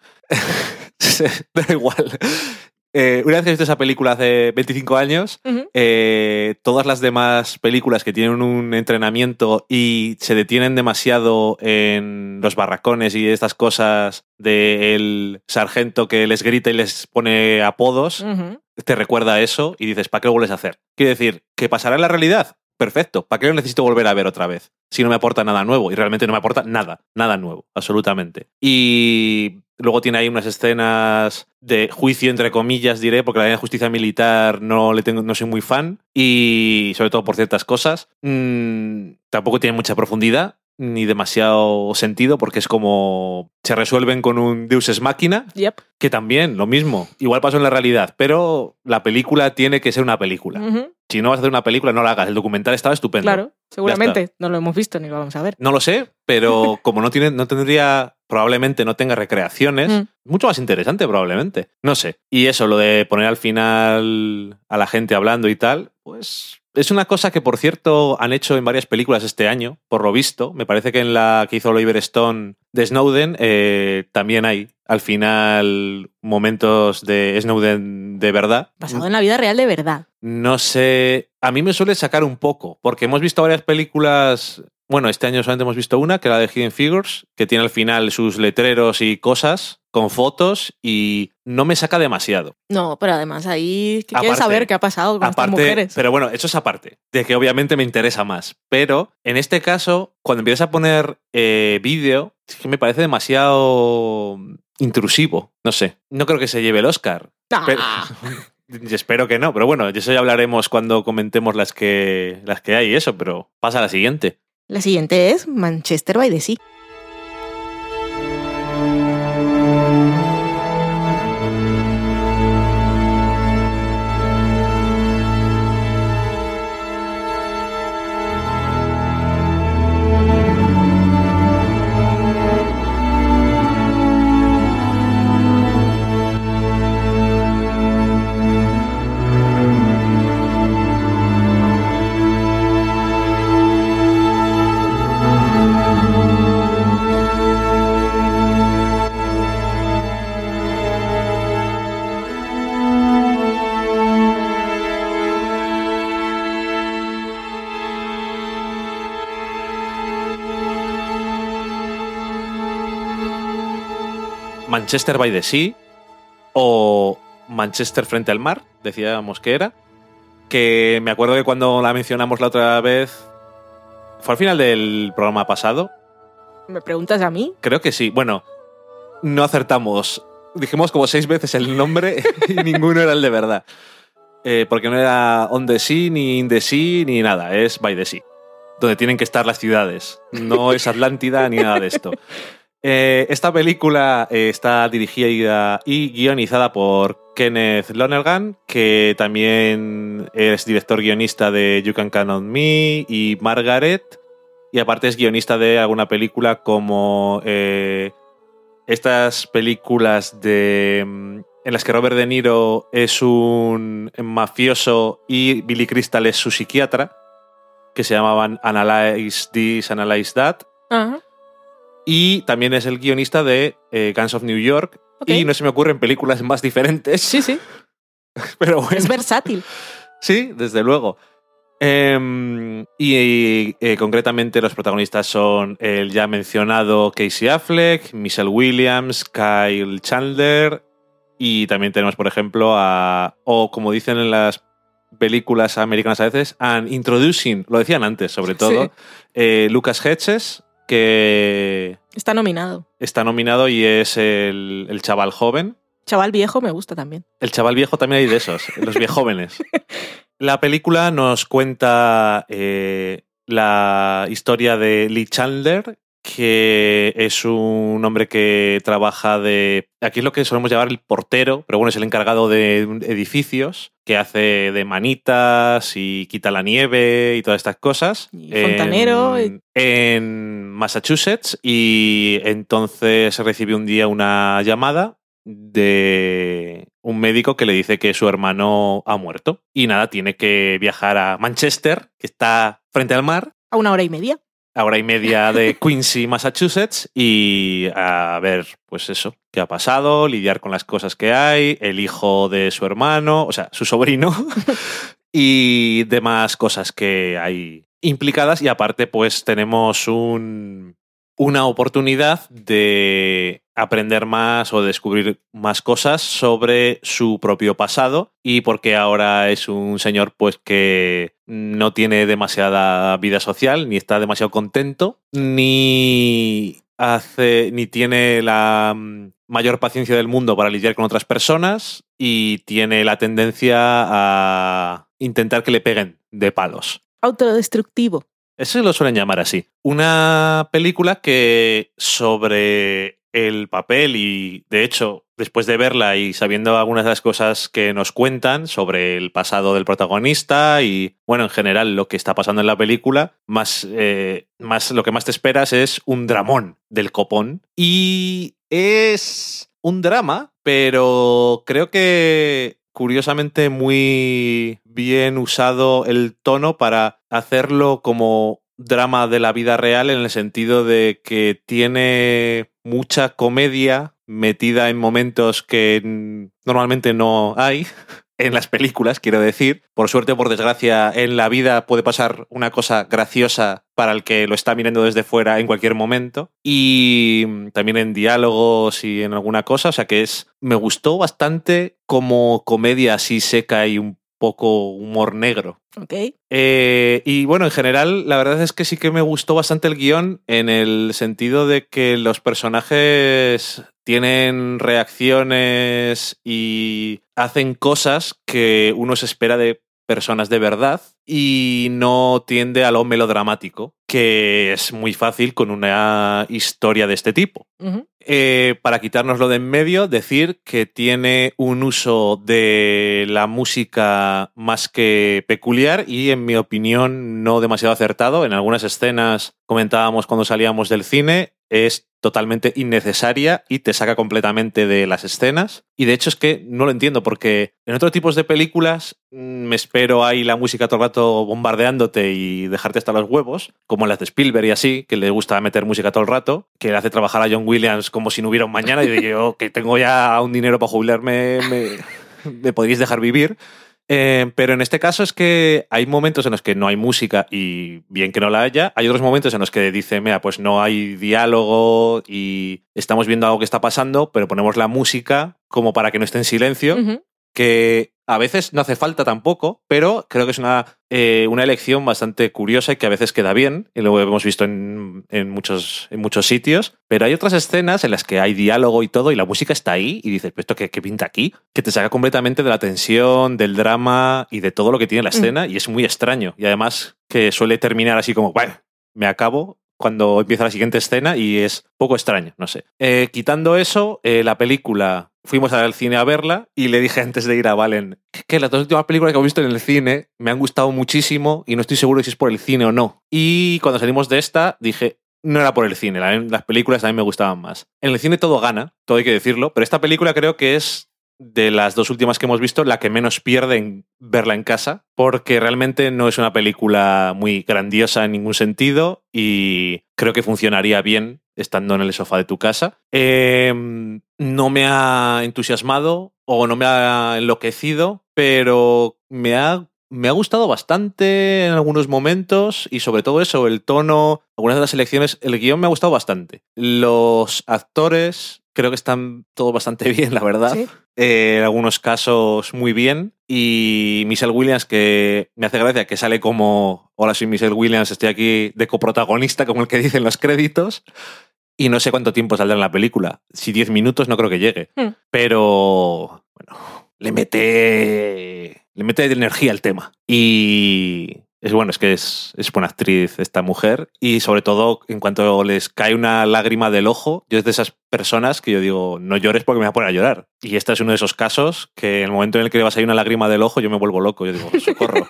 Speaker 2: da igual. Eh, una vez que has visto esa película hace veinticinco años,
Speaker 1: Ujú.
Speaker 2: eh, todas las demás películas que tienen un entrenamiento y se detienen demasiado en los barracones y estas cosas del sargento que les grita y les pone apodos,
Speaker 1: Ujú.
Speaker 2: te recuerda a eso y dices, ¿para qué lo vuelves a hacer? Quiere decir, ¿que pasará en la realidad? Perfecto, ¿para qué lo necesito volver a ver otra vez? Si no me aporta nada nuevo, y realmente no me aporta nada, nada nuevo, absolutamente. Y luego tiene ahí unas escenas de juicio, entre comillas, diré, porque la ley de justicia militar no, le tengo, no soy muy fan, y sobre todo por ciertas cosas. Mmm, tampoco tiene mucha profundidad, ni demasiado sentido, porque es como se resuelven con un Deus Ex Machina,
Speaker 1: Yep.
Speaker 2: que también, lo mismo, igual pasó en la realidad, pero la película tiene que ser una película.
Speaker 1: Ujú.
Speaker 2: Si no vas a hacer una película, no la hagas. El documental estaba estupendo.
Speaker 1: Claro, seguramente no lo hemos visto ni lo vamos a ver.
Speaker 2: No lo sé, pero como no tiene, no tendría, probablemente no tenga recreaciones,
Speaker 1: Mm.
Speaker 2: mucho más interesante probablemente. No sé. Y eso, lo de poner al final a la gente hablando y tal, pues es una cosa que, por cierto, han hecho en varias películas este año, por lo visto. Me parece que en la que hizo Oliver Stone de Snowden eh, también hay, al final, momentos de Snowden de verdad.
Speaker 1: Basado en la vida real de verdad.
Speaker 2: No sé, a mí me suele sacar un poco, porque hemos visto varias películas, bueno, este año solamente hemos visto una, que es la de Hidden Figures, que tiene al final sus letreros y cosas con fotos y no me saca demasiado.
Speaker 1: No, pero además ahí ¿qué quieres
Speaker 2: Aparte-
Speaker 1: saber qué ha pasado con estas
Speaker 2: Aparte,
Speaker 1: mujeres.
Speaker 2: pero bueno, eso es aparte, de que obviamente me interesa más. Pero en este caso, cuando empiezas a poner eh, vídeo, es que me parece demasiado intrusivo. No sé, no creo que se lleve el Oscar.
Speaker 1: Ah,
Speaker 2: Pero, Y espero que no, pero bueno, de eso ya hablaremos cuando comentemos las que, las que hay y eso, pero pasa a la siguiente.
Speaker 1: La siguiente es Manchester by the Sea.
Speaker 2: Manchester by the Sea o Manchester frente al mar, decíamos que era, que me acuerdo que cuando la mencionamos la otra vez, fue al final del programa pasado.
Speaker 1: ¿Me preguntas a mí?
Speaker 2: Creo que sí. Bueno, no acertamos. Dijimos como seis veces el nombre y ninguno era el de verdad. Eh, porque no era on the sea, ni in the sea, ni nada. Es by the sea. Donde tienen que estar las ciudades. No es Atlántida ni nada de esto. Eh, esta película eh, está dirigida y guionizada por Kenneth Lonergan, que también es director guionista de You Can Count on Me y Margaret, y aparte es guionista de alguna película como eh, estas películas de en las que Robert De Niro es un mafioso y Billy Crystal es su psiquiatra, que se llamaban Analyze This, Analyze That.
Speaker 1: Ajá.
Speaker 2: Y también es el guionista de eh, Guns of New York. Okay. Y no se me ocurren películas más diferentes.
Speaker 1: Sí, sí.
Speaker 2: Pero bueno.
Speaker 1: Es versátil.
Speaker 2: Sí, desde luego. Eh, y eh, concretamente los protagonistas son el ya mencionado Casey Affleck, Michelle Williams, Kyle Chandler, y también tenemos, por ejemplo, a, o como dicen en las películas americanas a veces, an introducing, lo decían antes sobre todo, sí. eh, Lucas Hedges, que
Speaker 1: está nominado.
Speaker 2: Está nominado y es el, el chaval joven.
Speaker 1: Chaval viejo me gusta también.
Speaker 2: El chaval viejo también hay de esos, los viejóvenes. La película nos cuenta eh, la historia de Lee Chandler, que es un hombre que trabaja de... Aquí es lo que solemos llamar el portero, pero bueno, es el encargado de edificios, que hace de manitas y quita la nieve y todas estas cosas.
Speaker 1: Y fontanero.
Speaker 2: En, en Massachusetts, y entonces recibe un día una llamada de un médico que le dice que su hermano ha muerto. Y nada, tiene que viajar a Manchester, que está frente al mar.
Speaker 1: A una hora y media.
Speaker 2: A hora y media de Quincy, Massachusetts, y a ver, pues eso, qué ha pasado, lidiar con las cosas que hay, el hijo de su hermano, o sea, su sobrino, y demás cosas que hay implicadas. Y aparte, pues tenemos un, una oportunidad de aprender más o descubrir más cosas sobre su propio pasado, y porque ahora es un señor pues que no tiene demasiada vida social, ni está demasiado contento, ni hace ni tiene la mayor paciencia del mundo para lidiar con otras personas, y tiene la tendencia a intentar que le peguen de palos.
Speaker 1: Autodestructivo.
Speaker 2: Eso lo suelen llamar así. Una película que sobre el papel, y de hecho después de verla y sabiendo algunas de las cosas que nos cuentan sobre el pasado del protagonista y bueno, en general lo que está pasando en la película, más, eh, más lo que más te esperas es un dramón del copón. Y es un drama, pero creo que curiosamente muy bien usado el tono para hacerlo como drama de la vida real, en el sentido de que tiene mucha comedia metida en momentos que normalmente no hay en las películas, quiero decir. Por suerte o por desgracia, en la vida puede pasar una cosa graciosa para el que lo está mirando desde fuera en cualquier momento. Y también en diálogos y en alguna cosa. O sea que es, me gustó bastante como comedia así seca y un poco humor negro.
Speaker 1: Ok.
Speaker 2: Eh, y bueno, en general, la verdad es que sí que me gustó bastante el guión en el sentido de que los personajes tienen reacciones y hacen cosas que uno se espera de personas de verdad y no tiende a lo melodramático, que es muy fácil con una historia de este tipo.
Speaker 1: Uh-huh.
Speaker 2: Eh, para quitárnoslo de en medio, decir que tiene un uso de la música más que peculiar y, en mi opinión, no demasiado acertado. En algunas escenas, comentábamos cuando salíamos del cine, es totalmente innecesaria y te saca completamente de las escenas. Y de hecho es que no lo entiendo, porque en otros tipos de películas me espero ahí la música todo el rato bombardeándote y dejarte hasta los huevos, como las de Spielberg y así, que le gusta meter música todo el rato, que le hace trabajar a John Williams como si no hubiera un mañana y digo, que tengo ya un dinero para jubilarme, me, me podríais dejar vivir. Eh, pero en este caso es que hay momentos en los que no hay música y bien que no la haya. Hay otros momentos en los que dice, mira, pues no hay diálogo y estamos viendo algo que está pasando, pero ponemos la música como para que no esté en silencio,
Speaker 1: Uh-huh.
Speaker 2: que a veces no hace falta tampoco, pero creo que es una, eh, una elección bastante curiosa y que a veces queda bien, y lo hemos visto en, en, muchos, en muchos sitios, pero hay otras escenas en las que hay diálogo y todo, y la música está ahí, y dices, ¿pero esto qué, qué pinta aquí? Que te saca completamente de la tensión, del drama y de todo lo que tiene la escena, mm. y es muy extraño. Y además que suele terminar así como, bueno, me acabo cuando empieza la siguiente escena y es poco extraño, no sé. Eh, quitando eso, eh, la película... Fuimos al cine a verla y le dije antes de ir a Valen que las dos últimas películas que hemos visto en el cine me han gustado muchísimo y no estoy seguro si es por el cine o no. Y cuando salimos de esta dije, no era por el cine, las películas también me gustaban más. En el cine todo gana, todo hay que decirlo, pero esta película creo que es de las dos últimas que hemos visto la que menos pierde en verla en casa, porque realmente no es una película muy grandiosa en ningún sentido y creo que funcionaría bien estando en el sofá de tu casa. Eh, no me ha entusiasmado o no me ha enloquecido, pero me ha, me ha gustado bastante en algunos momentos y sobre todo eso, el tono, algunas de las elecciones, el guión me ha gustado bastante. Los actores creo que están todos bastante bien, la verdad. ¿Sí? Eh, en algunos casos muy bien. Y Michelle Williams, que me hace gracia que sale como hola, soy Michelle Williams, estoy aquí de coprotagonista, como el que dicen los créditos. Y no sé cuánto tiempo saldrá en la película. Si diez minutos no creo que llegue. Mm. Pero, bueno, le mete, le mete energía al tema. Y es bueno, es que es, es buena actriz esta mujer. Y sobre todo, en cuanto les cae una lágrima del ojo, yo es de esas personas que yo digo, no llores porque me voy a poner a llorar. Y este es uno de esos casos que en el momento en el que le va a salir una lágrima del ojo, yo me vuelvo loco. Yo digo, socorro.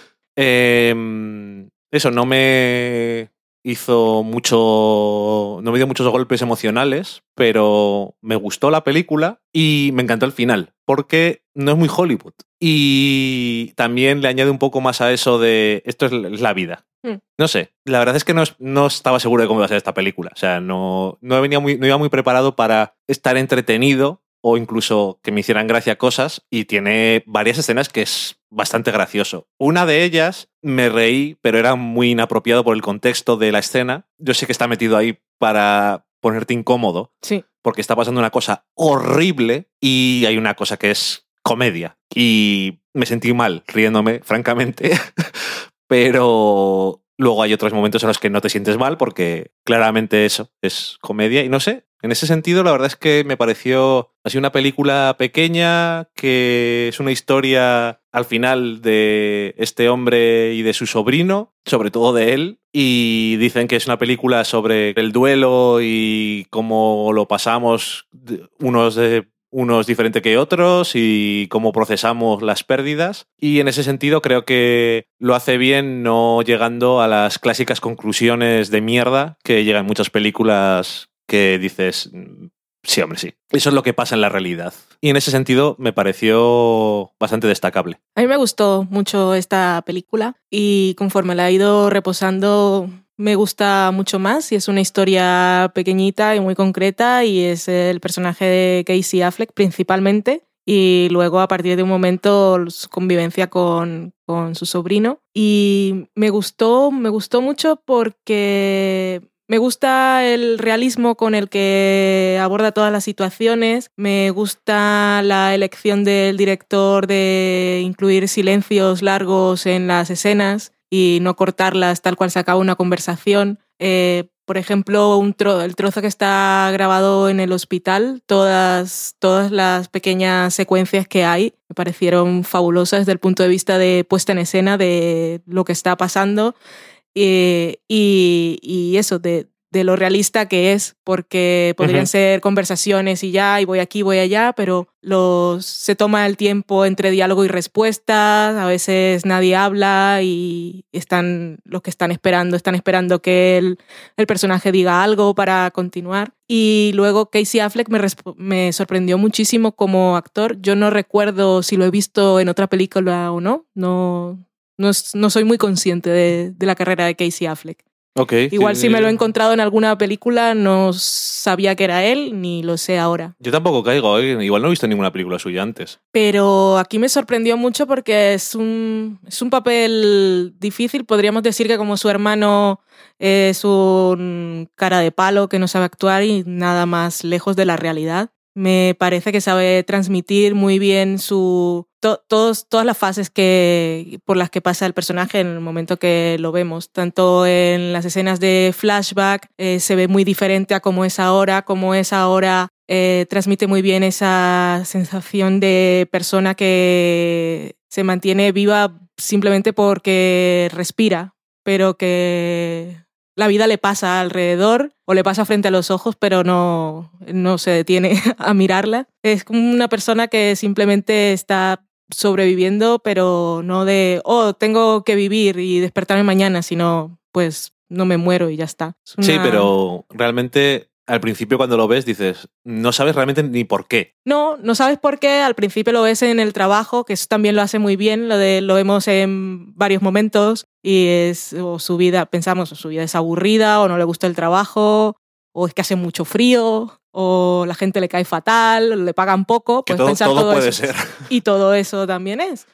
Speaker 2: eh, eso, no me... hizo mucho... no me dio muchos golpes emocionales, pero me gustó la película y me encantó el final, porque no es muy Hollywood. Y también le añade un poco más a eso de esto es la vida. Mm. No sé, la verdad es que no, no estaba seguro de cómo iba a ser esta película. O sea, no, no, venía muy, no iba muy preparado para estar entretenido o incluso que me hicieran gracia cosas, y tiene varias escenas que es bastante gracioso. Una de ellas me reí, pero era muy inapropiado por el contexto de la escena. Yo sé que está metido ahí para ponerte incómodo,
Speaker 1: sí,
Speaker 2: porque está pasando una cosa horrible y hay una cosa que es comedia. Y me sentí mal riéndome, francamente, pero luego hay otros momentos en los que no te sientes mal porque claramente eso es comedia y no sé. En ese sentido, la verdad es que me pareció así una película pequeña, que es una historia al final de este hombre y de su sobrino, sobre todo de él, y dicen que es una película sobre el duelo y cómo lo pasamos unos de unos diferente que otros y cómo procesamos las pérdidas. Y en ese sentido creo que lo hace bien, no llegando a las clásicas conclusiones de mierda que llegan en muchas películas que dices, sí, hombre, sí. Eso es lo que pasa en la realidad. Y en ese sentido me pareció bastante destacable.
Speaker 1: A mí me gustó mucho esta película y conforme la he ido reposando me gusta mucho más, y es una historia pequeñita y muy concreta y es el personaje de Casey Affleck principalmente, y luego a partir de un momento su convivencia con, con su sobrino. Y me gustó, me gustó mucho porque Me gusta el realismo con el que aborda todas las situaciones, me gusta la elección del director de incluir silencios largos en las escenas y no cortarlas tal cual se acaba una conversación. Eh, por ejemplo, un tro- el trozo que está grabado en el hospital, todas, todas las pequeñas secuencias que hay me parecieron fabulosas desde el punto de vista de puesta en escena de lo que está pasando. Eh, y, y eso, de, de lo realista que es, porque podrían uh-huh. ser conversaciones y ya, y voy aquí, voy allá, pero los, se toma el tiempo entre diálogo y respuestas, a veces nadie habla y están los que están esperando, están esperando que el, el personaje diga algo para continuar. Y luego Casey Affleck me, resp- me sorprendió muchísimo como actor. Yo no recuerdo si lo he visto en otra película o no, no... No, no soy muy consciente de, de la carrera de Casey Affleck.
Speaker 2: Okay,
Speaker 1: Igual
Speaker 2: sí,
Speaker 1: si
Speaker 2: sí.
Speaker 1: me lo he encontrado en alguna película, no sabía que era él, ni lo sé ahora.
Speaker 2: Yo tampoco caigo, ¿eh? Igual no he visto ninguna película suya antes.
Speaker 1: Pero aquí me sorprendió mucho porque es un, es un papel difícil. Podríamos decir que como su hermano es un cara de palo que no sabe actuar y nada más lejos de la realidad. Me parece que sabe transmitir muy bien su to, todos, todas las fases que, por las que pasa el personaje en el momento que lo vemos. Tanto en las escenas de flashback eh, se ve muy diferente a cómo es ahora, cómo es ahora eh, transmite muy bien esa sensación de persona que se mantiene viva simplemente porque respira, pero que la vida le pasa alrededor o le pasa frente a los ojos, pero no, no se detiene a mirarla. Es como una persona que simplemente está sobreviviendo, pero no de, oh, tengo que vivir y despertarme mañana, sino, pues, no me muero y ya está. Es una...
Speaker 2: Sí, pero realmente al principio cuando lo ves dices, no sabes realmente ni por qué.
Speaker 1: No, no sabes por qué. Al principio lo ves en el trabajo, que eso también lo hace muy bien, lo, de, lo vemos en varios momentos y es o su vida, pensamos, o su vida es aburrida o no le gusta el trabajo o es que hace mucho frío o la gente le cae fatal, le pagan poco.
Speaker 2: Que
Speaker 1: Puedes
Speaker 2: todo,
Speaker 1: pensar
Speaker 2: todo
Speaker 1: todo
Speaker 2: puede
Speaker 1: eso.
Speaker 2: ser.
Speaker 1: Y todo eso también es.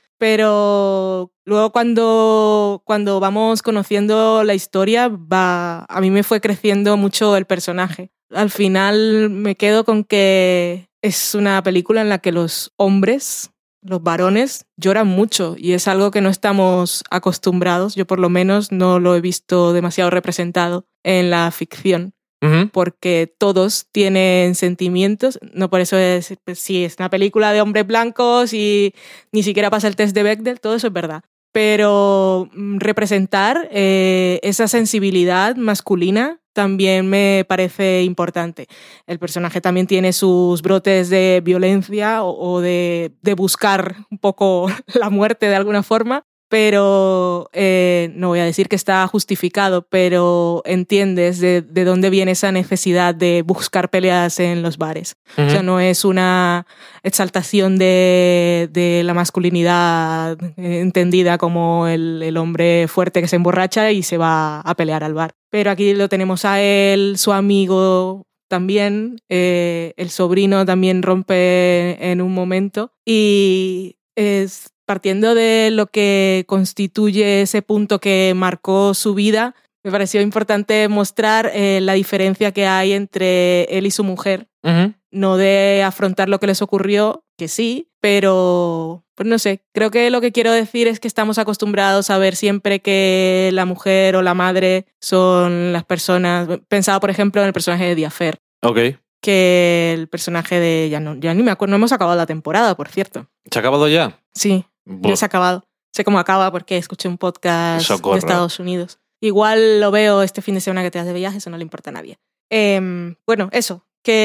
Speaker 1: Pero luego cuando, cuando vamos conociendo la historia, va, a mí me fue creciendo mucho el personaje. Al final me quedo con que es una película en la que los hombres, los varones, lloran mucho y es algo que no estamos acostumbrados. Yo por lo menos no lo he visto demasiado representado en la ficción. Uh-huh. Porque todos tienen sentimientos, no por eso es, pues, sí, es una película de hombres blancos y ni siquiera pasa el test de Bechdel, todo eso es verdad. Pero representar eh, esa sensibilidad masculina también me parece importante. El personaje también tiene sus brotes de violencia o, o de, de buscar un poco la muerte de alguna forma, pero eh, no voy a decir que está justificado, pero entiendes de, de dónde viene esa necesidad de buscar peleas en los bares. Uh-huh. O sea, no es una exaltación de, de la masculinidad entendida como el, el hombre fuerte que se emborracha y se va a pelear al bar. Pero aquí lo tenemos a él, su amigo también, eh, el sobrino también rompe en un momento y es... Partiendo de lo que constituye ese punto que marcó su vida, me pareció importante mostrar eh, la diferencia que hay entre él y su mujer. Uh-huh. No de afrontar lo que les ocurrió, que sí, pero pues no sé, creo que lo que quiero decir es que estamos acostumbrados a ver siempre que la mujer o la madre son las personas... Pensaba, por ejemplo, en el personaje de Diafer.
Speaker 2: Ok.
Speaker 1: Que el personaje de... Ya, no, ya ni me acuerdo, no hemos acabado la temporada, por cierto.
Speaker 2: ¿Se ha acabado ya?
Speaker 1: Sí. Ya se ha acabado. Sé cómo acaba porque escuché un podcast
Speaker 2: Socorro.
Speaker 1: de Estados Unidos. Igual lo veo este fin de semana que te vas de viaje, eso no le importa a nadie. Eh, bueno, eso,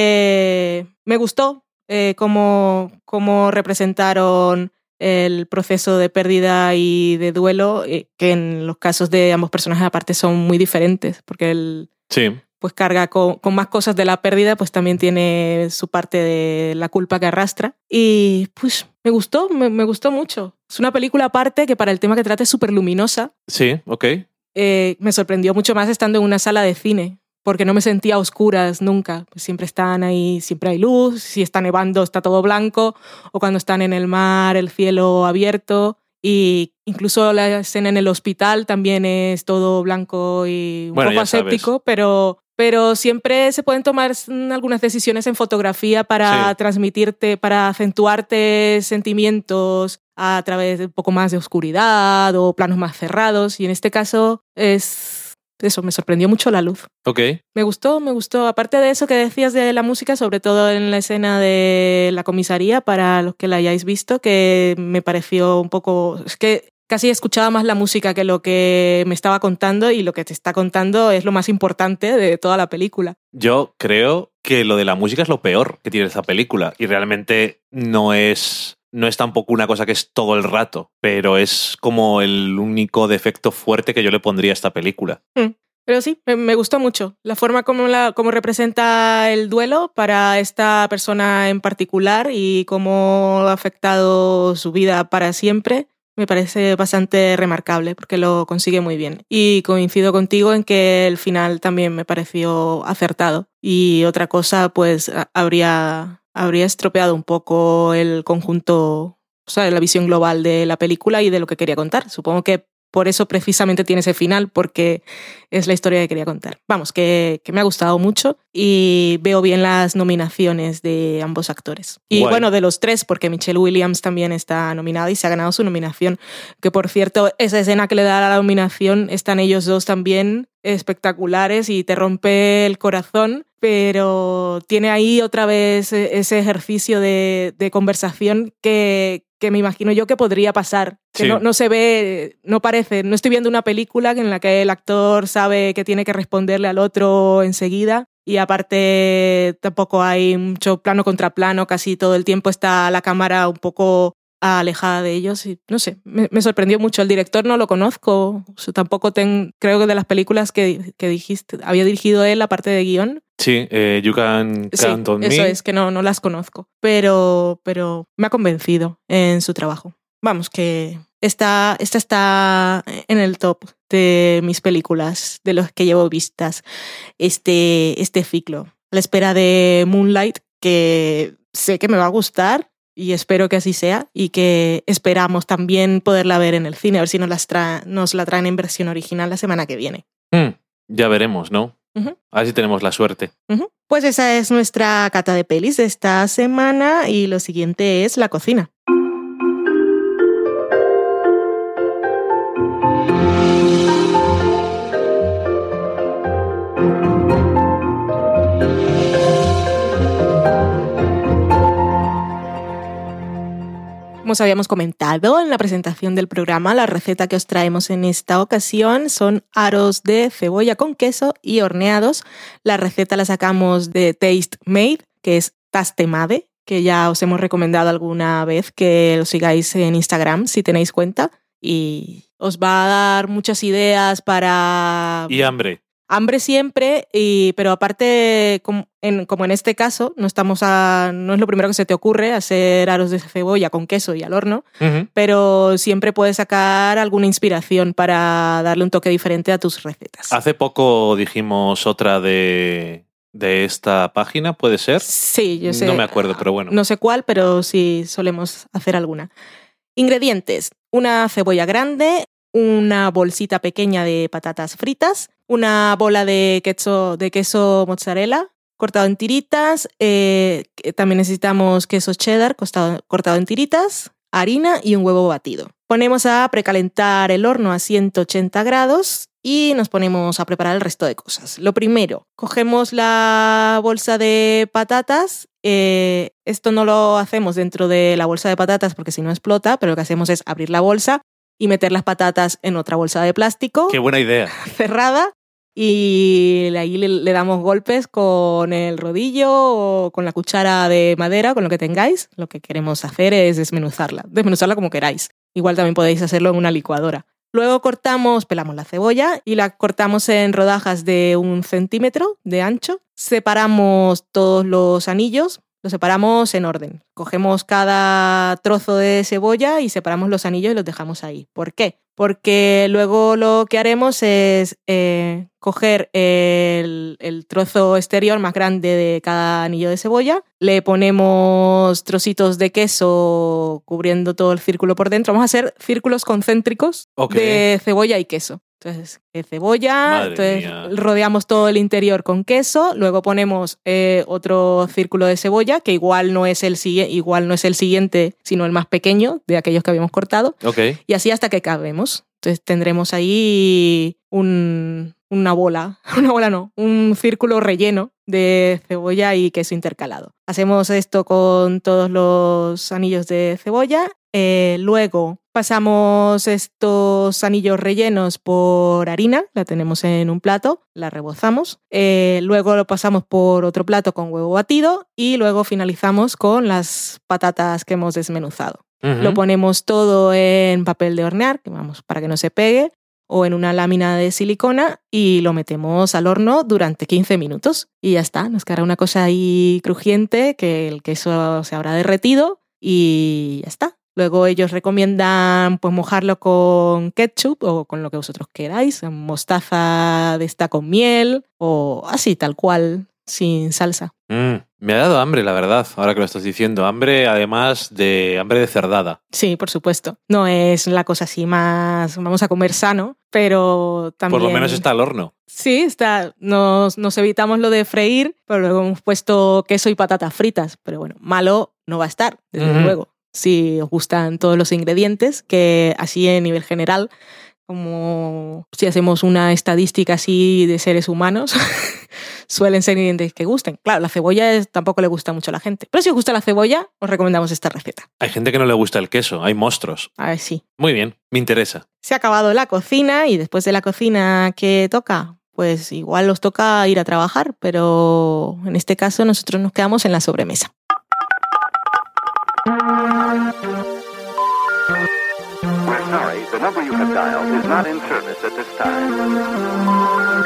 Speaker 1: que me gustó eh, cómo, cómo representaron el proceso de pérdida y de duelo, eh, que en los casos de ambos personajes aparte son muy diferentes, porque él
Speaker 2: sí.
Speaker 1: pues carga con, con más cosas de la pérdida, pues también tiene su parte de la culpa que arrastra. Y pues me gustó, me, me gustó mucho. Es una película aparte que para el tema que trata es súper luminosa.
Speaker 2: Sí, ok.
Speaker 1: Eh, me sorprendió mucho más estando en una sala de cine, porque no me sentía a oscuras nunca. Pues siempre están ahí, siempre hay luz, si está nevando está todo blanco, o cuando están en el mar, el cielo abierto. Y incluso la escena en el hospital también es todo blanco y un
Speaker 2: Bueno,
Speaker 1: poco
Speaker 2: ya sabes.
Speaker 1: aséptico, pero, pero siempre se pueden tomar algunas decisiones en fotografía para
Speaker 2: Sí.
Speaker 1: transmitirte, para acentuarte sentimientos a través de un poco más de oscuridad o planos más cerrados. Y en este caso es eso, me sorprendió mucho la luz.
Speaker 2: Ok.
Speaker 1: Me gustó, me gustó. Aparte de eso que decías de la música, sobre todo en la escena de la comisaría, para los que la hayáis visto, que me pareció un poco... Es que casi escuchaba más la música que lo que me estaba contando, y lo que te está contando es lo más importante de toda la película.
Speaker 2: Yo creo que lo de la música es lo peor que tiene esta película y realmente no es... No es tampoco una cosa que es todo el rato, pero es como el único defecto fuerte que yo le pondría a esta película.
Speaker 1: Mm. Pero sí, me, me gustó mucho la forma como, la, como representa el duelo para esta persona en particular y cómo ha afectado su vida para siempre. Me parece bastante remarcable porque lo consigue muy bien. Y coincido contigo en que el final también me pareció acertado. Y otra cosa, pues habría... habría estropeado un poco el conjunto, o sea, la visión global de la película y de lo que quería contar. Supongo que por eso precisamente tiene ese final, porque es la historia que quería contar. Vamos, que, que me ha gustado mucho y veo bien las nominaciones de ambos actores. Y
Speaker 2: Guay.
Speaker 1: bueno, de los tres, porque Michelle Williams también está nominada y se ha ganado su nominación. Que por cierto, esa escena que le da la nominación, están ellos dos también espectaculares y te rompe el corazón, pero tiene ahí otra vez ese ejercicio de, de conversación que, que me imagino yo que podría pasar. Que
Speaker 2: Sí.
Speaker 1: no, no se ve, no parece, no estoy viendo una película en la que el actor sabe que tiene que responderle al otro enseguida. Y aparte tampoco hay mucho plano contra plano, casi todo el tiempo está la cámara un poco alejada de ellos y no sé, me, me sorprendió mucho. El director no lo conozco, o sea, tampoco ten, creo que de las películas que, que dijiste, había dirigido él la parte de guión.
Speaker 2: Sí, eh, You Can
Speaker 1: Sí,
Speaker 2: Count on
Speaker 1: eso
Speaker 2: Me.
Speaker 1: es, que no, no las conozco, pero, pero me ha convencido en su trabajo. Vamos, que esta, esta está en el top de mis películas, de los que llevo vistas este, este ciclo. A la espera de Moonlight, que sé que me va a gustar y espero que así sea, y que esperamos también poderla ver en el cine, a ver si nos, las tra- nos la traen en versión original la semana que viene.
Speaker 2: Mm, ya veremos, ¿no?
Speaker 1: Uh-huh.
Speaker 2: A ver si tenemos la suerte.
Speaker 1: Uh-huh. Pues esa es nuestra cata de pelis de esta semana y lo siguiente es la cocina. Como os habíamos comentado en la presentación del programa, la receta que os traemos en esta ocasión son aros de cebolla con queso y horneados. La receta la sacamos de Taste Made, que es Tastemade, que ya os hemos recomendado alguna vez que lo sigáis en Instagram si tenéis cuenta. Y os va a dar muchas ideas para...
Speaker 2: Y hambre.
Speaker 1: Hambre siempre, y, pero aparte, como en, como en este caso, no, estamos a, no es lo primero que se te ocurre hacer aros de cebolla con queso y al horno,
Speaker 2: Uh-huh.
Speaker 1: pero siempre puedes sacar alguna inspiración para darle un toque diferente a tus recetas.
Speaker 2: Hace poco dijimos otra de, de esta página, ¿puede ser?
Speaker 1: Sí, yo sé.
Speaker 2: No me acuerdo, pero bueno.
Speaker 1: No sé cuál, pero sí solemos hacer alguna. Ingredientes: una cebolla grande, una bolsita pequeña de patatas fritas, una bola de queso, de queso mozzarella cortado en tiritas, eh, también necesitamos queso cheddar cortado, cortado en tiritas, harina y un huevo batido. Ponemos a precalentar el horno a ciento ochenta grados y nos ponemos a preparar el resto de cosas. Lo primero, cogemos la bolsa de patatas. Eh, esto no lo hacemos dentro de la bolsa de patatas porque si no explota, pero lo que hacemos es abrir la bolsa y meter las patatas en otra bolsa de plástico
Speaker 2: ¡Qué buena idea!
Speaker 1: cerrada, y ahí le, le damos golpes con el rodillo o con la cuchara de madera, con lo que tengáis. Lo que queremos hacer es desmenuzarla, desmenuzarla como queráis. Igual también podéis hacerlo en una licuadora. Luego cortamos, pelamos la cebolla y la cortamos en rodajas de un centímetro de ancho. Separamos todos los anillos, Lo separamos en orden. Cogemos cada trozo de cebolla y separamos los anillos y los dejamos ahí. ¿Por qué? Porque luego lo que haremos es eh, coger el, el trozo exterior más grande de cada anillo de cebolla, le ponemos trocitos de queso cubriendo todo el círculo por dentro. Vamos a hacer círculos concéntricos
Speaker 2: okay.
Speaker 1: de cebolla y queso. Entonces, eh, cebolla,
Speaker 2: Madre
Speaker 1: entonces
Speaker 2: mía.
Speaker 1: rodeamos todo el interior con queso, luego ponemos eh, otro círculo de cebolla, que igual no es el sigui- igual no es el siguiente, sino el más pequeño de aquellos que habíamos cortado,
Speaker 2: Okay.
Speaker 1: y así hasta que cabemos. Entonces tendremos ahí un, una bola, una bola no, un círculo relleno de cebolla y queso intercalado. Hacemos esto con todos los anillos de cebolla, eh, luego pasamos estos anillos rellenos por harina, la tenemos en un plato, la rebozamos, eh, luego lo pasamos por otro plato con huevo batido y luego finalizamos con las patatas que hemos desmenuzado.
Speaker 2: Uh-huh.
Speaker 1: Lo ponemos todo en papel de hornear, que vamos, para que no se pegue, o en una lámina de silicona y lo metemos al horno durante quince minutos. Y ya está, nos quedará una cosa ahí crujiente que el queso se habrá derretido y ya está. Luego ellos recomiendan pues mojarlo con ketchup o con lo que vosotros queráis, mostaza de esta con miel o así, tal cual, sin salsa.
Speaker 2: Mm, me ha dado hambre, la verdad, ahora que lo estás diciendo. Hambre, además de hambre de cerdada.
Speaker 1: Sí, por supuesto. No es la cosa así más, vamos a comer sano, pero también...
Speaker 2: Por lo menos está al horno.
Speaker 1: Sí, está. Nos, nos evitamos lo de freír, pero luego hemos puesto queso y patatas fritas. Pero bueno, malo no va a estar, desde
Speaker 2: Uh-huh.
Speaker 1: luego. Si os gustan todos los ingredientes, que así a nivel general, como si hacemos una estadística así de seres humanos, suelen ser ingredientes que gusten. Claro, la cebolla es, tampoco le gusta mucho a la gente. Pero si os gusta la cebolla, os recomendamos esta receta.
Speaker 2: Hay gente que no le gusta el queso, hay monstruos.
Speaker 1: A ver si.
Speaker 2: Muy bien, me interesa.
Speaker 1: Se ha acabado la cocina y después de la cocina, ¿qué toca? Pues igual os toca ir a trabajar, pero en este caso nosotros nos quedamos en la sobremesa.
Speaker 5: We're sorry, the number you have dialed is not in service at this time.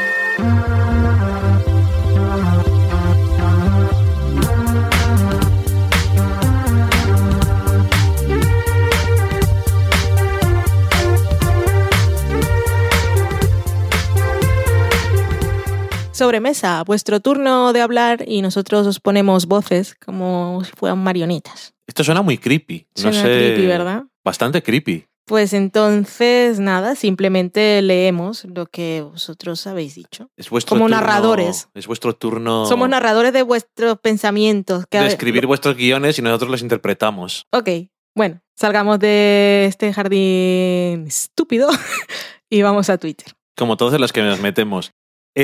Speaker 1: Sobremesa, vuestro turno de hablar y nosotros os ponemos voces como si fueran marionetas.
Speaker 2: Esto suena muy creepy. No
Speaker 1: Suena
Speaker 2: sé,
Speaker 1: creepy, ¿verdad?
Speaker 2: Bastante creepy.
Speaker 1: Pues entonces, nada, simplemente leemos lo que vosotros habéis dicho.
Speaker 2: Es vuestro
Speaker 1: Como
Speaker 2: turno,
Speaker 1: narradores.
Speaker 2: Es vuestro turno
Speaker 1: Somos narradores de vuestros pensamientos. Que
Speaker 2: de escribir vuestros guiones y nosotros los interpretamos.
Speaker 1: Ok, bueno, salgamos de este jardín estúpido y vamos a Twitter.
Speaker 2: Como todos los que nos metemos.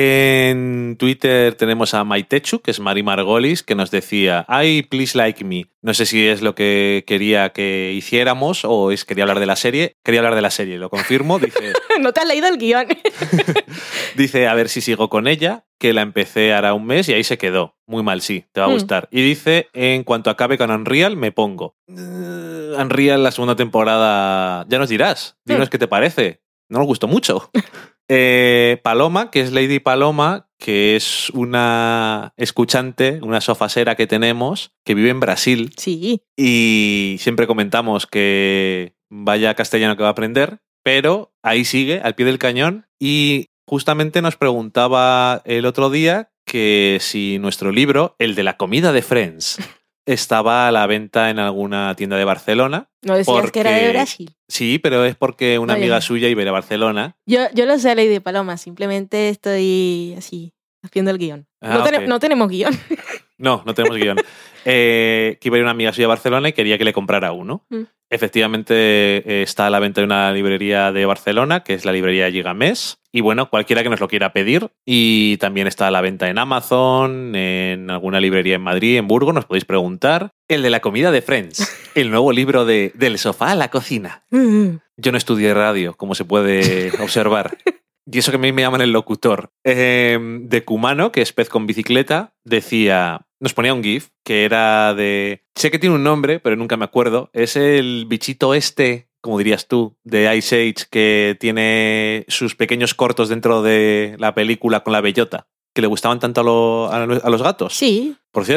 Speaker 2: En Twitter tenemos a Maitechu, que es Mari Margolis, que nos decía, ay, please like me. No sé si es lo que quería que hiciéramos o es quería hablar de la serie. Quería hablar de la serie, lo confirmo. Dice,
Speaker 1: No te has leído el guión.
Speaker 2: dice, a ver si sigo con ella, que la empecé hará un mes y ahí se quedó. Muy mal, sí, te va a
Speaker 1: Mm.
Speaker 2: gustar. Y dice, en cuanto acabe con Unreal, me pongo. Uh, Unreal, la segunda temporada, ya nos dirás. Dinos
Speaker 1: Mm.
Speaker 2: qué te parece. No nos gustó mucho. Eh, Paloma, que es Lady Paloma, que es una escuchante, una sofasera que tenemos, que vive en Brasil
Speaker 1: Sí,
Speaker 2: y siempre comentamos que vaya castellano que va a aprender, pero ahí sigue, al pie del cañón, y justamente nos preguntaba el otro día que si nuestro libro, el de la comida de Friends, estaba a la venta en alguna tienda de Barcelona.
Speaker 1: no decías que era de
Speaker 2: porque-
Speaker 1: Brasil.
Speaker 2: Sí, pero es porque una
Speaker 1: Oye.
Speaker 2: amiga suya iba a ir a Barcelona.
Speaker 1: Yo, yo lo sé, Lady Paloma, simplemente estoy así, haciendo el guión.
Speaker 2: Ah,
Speaker 1: no, ten-
Speaker 2: ok.
Speaker 1: no tenemos guión.
Speaker 2: No, no tenemos guión. Eh, que iba a ir una amiga suya a Barcelona y quería que le comprara uno.
Speaker 1: Mm.
Speaker 2: Efectivamente, eh, está a la venta en una librería de Barcelona, que es la librería Gigamés. Y bueno, cualquiera que nos lo quiera pedir. Y también está a la venta en Amazon, en alguna librería en Madrid, en Burgos, nos podéis preguntar. El de la comida de Friends, el nuevo libro de Del sofá a la cocina. Yo no estudié radio, como se puede observar. Y eso que a mí me llaman el locutor. Eh, de Kumano, que es pez con bicicleta, decía... Nos ponía un GIF que era de... Sé que tiene un nombre, pero nunca me acuerdo. Es el bichito este, como dirías tú, de Ice Age, que tiene sus pequeños cortos dentro de la película con la bellota, que le gustaban tanto a, lo- a lo- a los gatos.
Speaker 1: Sí,
Speaker 2: Por cierto,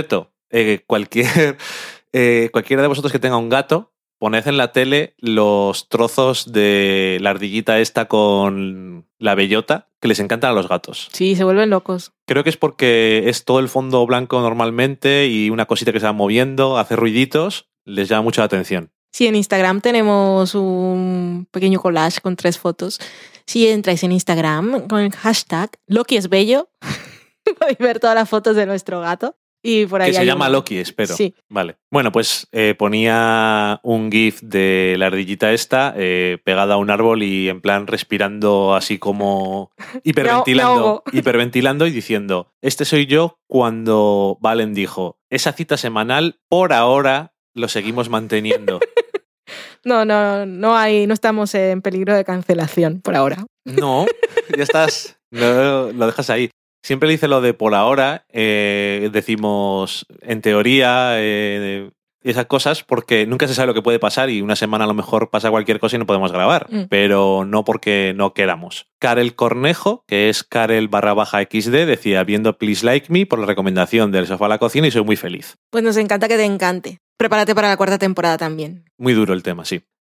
Speaker 2: eh, cualquier, eh, cualquiera de vosotros que tenga un gato, poned en la tele los trozos de la ardillita esta con la bellota, que les encantan a los gatos.
Speaker 1: Sí, se vuelven locos.
Speaker 2: Creo que es porque es todo el fondo blanco normalmente y una cosita que se va moviendo, hace ruiditos, les llama mucho la atención.
Speaker 1: Sí, en Instagram tenemos un pequeño collage con tres fotos. Si entráis en Instagram con el hashtag Loki es bello, podéis ver todas las fotos de nuestro gato. Y por ahí
Speaker 2: que se
Speaker 1: hay
Speaker 2: llama
Speaker 1: un...
Speaker 2: Loki, espero.
Speaker 1: Sí.
Speaker 2: Vale. Bueno, pues eh, ponía un GIF de la ardillita esta eh, pegada a un árbol y en plan respirando así como hiperventilando, hiperventilando y diciendo, este soy yo cuando Valen dijo, esa cita semanal por ahora lo seguimos manteniendo.
Speaker 1: No, no, no hay, no estamos en peligro de cancelación por ahora.
Speaker 2: No, ya estás, no, lo dejas ahí. Siempre dice lo de por ahora, eh, decimos en teoría eh, esas cosas porque nunca se sabe lo que puede pasar y una semana a lo mejor pasa cualquier cosa y no podemos grabar, mm. pero no porque no queramos. Karel Cornejo, que es Karel barra baja X D, decía, viendo Please Like Me por la recomendación del sofá a la cocina y soy muy feliz.
Speaker 1: Pues nos encanta que te encante. Prepárate para la cuarta temporada también.
Speaker 2: Muy duro el tema, sí.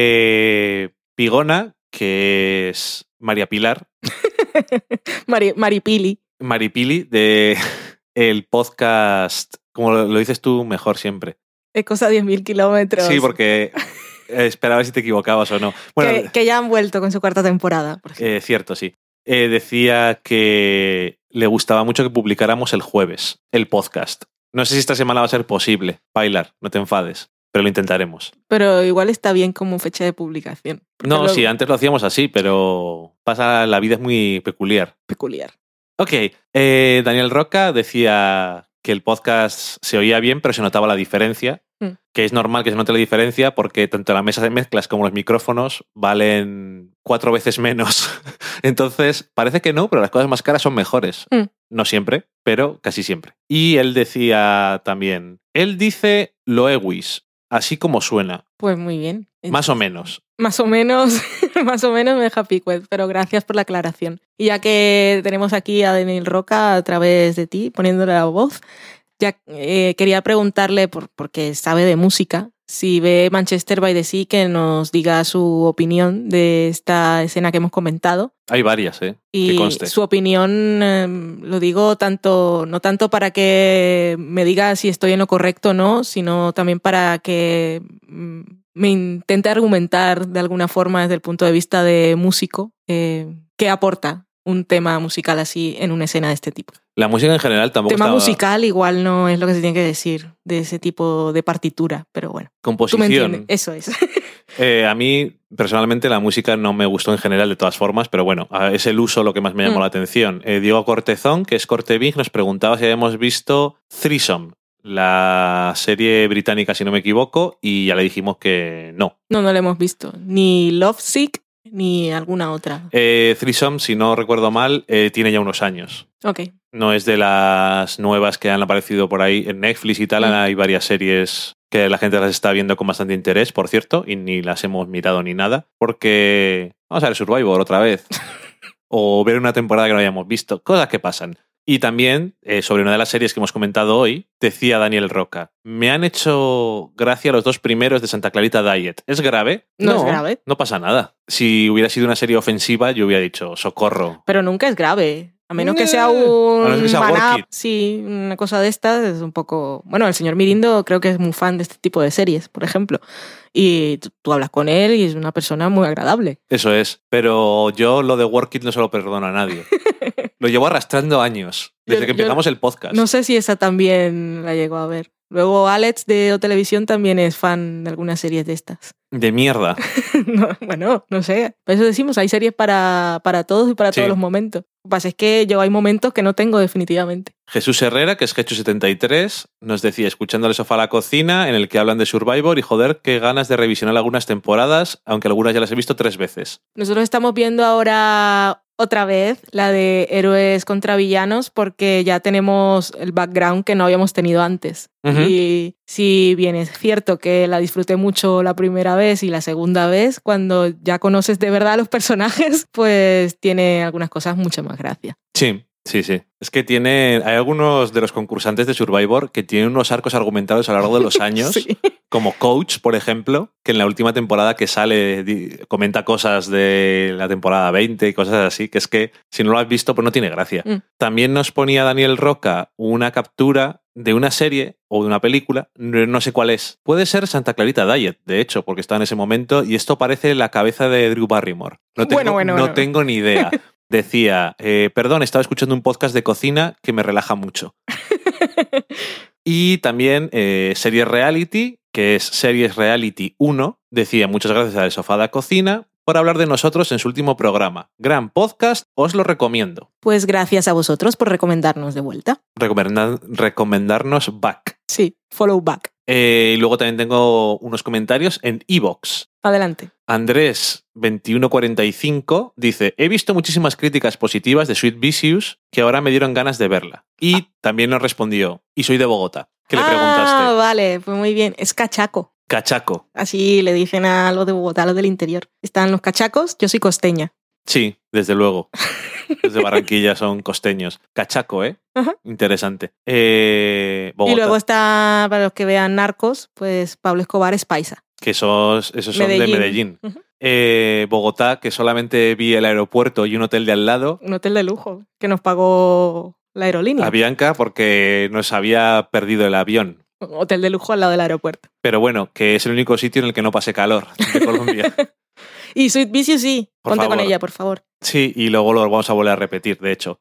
Speaker 2: Eh, Pigona, que es María Pilar.
Speaker 1: Mari, Maripili.
Speaker 2: Maripili, de el podcast, como lo, lo dices tú, mejor siempre.
Speaker 1: Ecos a diez mil kilómetros.
Speaker 2: Sí, porque esperaba ver si te equivocabas o no. Bueno,
Speaker 1: que, que ya han vuelto con su cuarta temporada.
Speaker 2: Eh, cierto, sí. Eh, decía que le gustaba mucho que publicáramos el jueves el podcast. No sé si esta semana va a ser posible. Bailar, no te enfades, pero lo intentaremos.
Speaker 1: Pero igual está bien como fecha de publicación.
Speaker 2: No,
Speaker 1: luego...
Speaker 2: sí, antes lo hacíamos así, pero pasa, la vida es muy peculiar.
Speaker 1: Peculiar.
Speaker 2: Ok, eh, Daniel Roca decía que el podcast se oía bien, pero se notaba la diferencia, mm. que es normal que se note la diferencia porque tanto la mesa de mezclas como los micrófonos valen cuatro veces menos. Entonces, parece que no, pero las cosas más caras son mejores. Mm. No siempre, pero casi siempre. Y él decía también, él dice Loewis, así como suena.
Speaker 1: Pues muy bien.
Speaker 2: Más o menos.
Speaker 1: Más o menos, más o menos me deja picuet, pero gracias por la aclaración. Y ya que tenemos aquí a Daniel Roca a través de ti, poniéndole la voz, ya eh, quería preguntarle, por, porque sabe de música, si ve Manchester by the Sea, que nos diga su opinión de esta escena que hemos comentado.
Speaker 2: Hay varias, ¿eh?
Speaker 1: Y
Speaker 2: que conste.
Speaker 1: Su opinión, eh, lo digo tanto, no tanto para que me diga si estoy en lo correcto o no, sino también para que mm, me intente argumentar de alguna forma desde el punto de vista de músico eh, qué aporta un tema musical así en una escena de este tipo.
Speaker 2: La música en general tampoco
Speaker 1: tema
Speaker 2: estaba...
Speaker 1: musical igual no es lo que se tiene que decir de ese tipo de partitura, pero bueno.
Speaker 2: Composición.
Speaker 1: Tú me entiendes, eso es.
Speaker 2: eh, a mí, personalmente, la música no me gustó en general de todas formas, pero bueno, es el uso lo que más me llamó mm. la atención. Eh, Diego Cortezón, que es Cortevig, nos preguntaba si habíamos visto Threesome, la serie británica, si no me equivoco, y ya le dijimos que no.
Speaker 1: No, no la hemos visto. Ni Lovesick, ni alguna otra.
Speaker 2: Eh, Threesome, si no recuerdo mal, eh, tiene ya unos años.
Speaker 1: Ok.
Speaker 2: No es de las nuevas que han aparecido por ahí en Netflix y tal. Mm. Hay varias series que la gente las está viendo con bastante interés, por cierto, y ni las hemos mirado ni nada, porque vamos a ver Survivor otra vez. O ver una temporada que no hayamos visto. Cosas que pasan. Y también, eh, sobre una de las series que hemos comentado hoy, decía Daniel Roca, me han hecho gracia los dos primeros de Santa Clarita Diet. ¿Es grave?
Speaker 1: No,
Speaker 2: no
Speaker 1: es grave.
Speaker 2: No pasa nada. Si hubiera sido una serie ofensiva, yo hubiera dicho, socorro.
Speaker 1: Pero nunca es grave. A menos que sea un
Speaker 2: menos que sea
Speaker 1: maná, sí, una cosa de estas es un poco... Bueno, el señor Mirindo creo que es muy fan de este tipo de series, por ejemplo. Y tú, tú hablas con él y es una persona muy agradable.
Speaker 2: Eso es. Pero yo lo de Work It no se lo perdono a nadie. Lo llevo arrastrando años, desde yo, que empezamos
Speaker 1: yo
Speaker 2: el podcast.
Speaker 1: No sé si esa también la llegó a ver. Luego Alex de O Televisión también es fan de algunas series de estas.
Speaker 2: De mierda.
Speaker 1: no, bueno, no sé. Por eso decimos, hay series para, para todos y para sí. todos los momentos. Lo que pasa es que yo hay momentos que no tengo definitivamente.
Speaker 2: Jesús Herrera, que es Gechu setenta y tres, nos decía, escuchando el sofá a la cocina, en el que hablan de Survivor, y joder, qué ganas de revisionar algunas temporadas, aunque algunas ya las he visto tres veces.
Speaker 1: Nosotros estamos viendo ahora otra vez la de héroes contra villanos, porque ya tenemos el background que no habíamos tenido antes. Uh-huh. Y si bien es cierto que la disfruté mucho la primera vez y la segunda vez, cuando ya conoces de verdad a los personajes, pues tiene algunas cosas mucho más gracia.
Speaker 2: Sí. Sí, sí. Es que tiene. Hay algunos de los concursantes de Survivor que tienen unos arcos argumentados a lo largo de los años,
Speaker 1: Sí.
Speaker 2: como Coach, por ejemplo, que en la última temporada que sale di- comenta cosas de la temporada veinte y cosas así, que es que si no lo has visto, pues no tiene gracia.
Speaker 1: Mm.
Speaker 2: También nos ponía Daniel Roca una captura de una serie o de una película, no no sé cuál es. Puede ser Santa Clarita Diet, de hecho, porque está en ese momento, y esto parece la cabeza de Drew Barrymore. No tengo,
Speaker 1: Bueno, bueno,
Speaker 2: no
Speaker 1: bueno.
Speaker 2: tengo ni idea. Decía, eh, perdón, estaba escuchando un podcast de cocina que me relaja mucho. Y también eh, Series Reality, que es Series Reality uno, decía, muchas gracias a El Sofá de Cocina por hablar de nosotros en su último programa. Gran podcast, os lo recomiendo.
Speaker 1: Pues gracias a vosotros por recomendarnos de vuelta.
Speaker 2: Recomendar- recomendarnos back.
Speaker 1: Sí, follow back.
Speaker 2: Eh, y luego también tengo unos comentarios en iVoox.
Speaker 1: Adelante.
Speaker 2: Andrés veintiuno cuarenta y cinco dice, he visto muchísimas críticas positivas de Sweet Vicious que ahora me dieron ganas de verla. Y también nos respondió, y soy de Bogotá. ¿Qué le
Speaker 1: Ah,
Speaker 2: preguntaste?
Speaker 1: vale, pues muy bien. Es cachaco.
Speaker 2: Cachaco.
Speaker 1: Así le dicen a los de Bogotá, a los del interior. Están los cachacos, yo soy costeña.
Speaker 2: Sí, desde luego. Desde Barranquilla son costeños. Cachaco, ¿eh?
Speaker 1: Ajá.
Speaker 2: Interesante. Eh, Bogotá,
Speaker 1: Y luego está, para los que vean Narcos, pues Pablo Escobar es paisa.
Speaker 2: que esos, esos son
Speaker 1: Medellín.
Speaker 2: de Medellín.
Speaker 1: Ujú.
Speaker 2: Eh, Bogotá, que solamente vi el aeropuerto y un hotel de al lado.
Speaker 1: Un hotel de lujo que nos pagó la aerolínea.
Speaker 2: A Bianca porque nos había perdido el avión.
Speaker 1: Un hotel de lujo al lado del aeropuerto.
Speaker 2: Pero bueno, que es el único sitio en el que no pasé calor de Colombia.
Speaker 1: Y Sweet Vicious sí.
Speaker 2: Por
Speaker 1: Ponte
Speaker 2: favor.
Speaker 1: con ella, por favor.
Speaker 2: Sí, y luego lo vamos a volver a repetir, de hecho.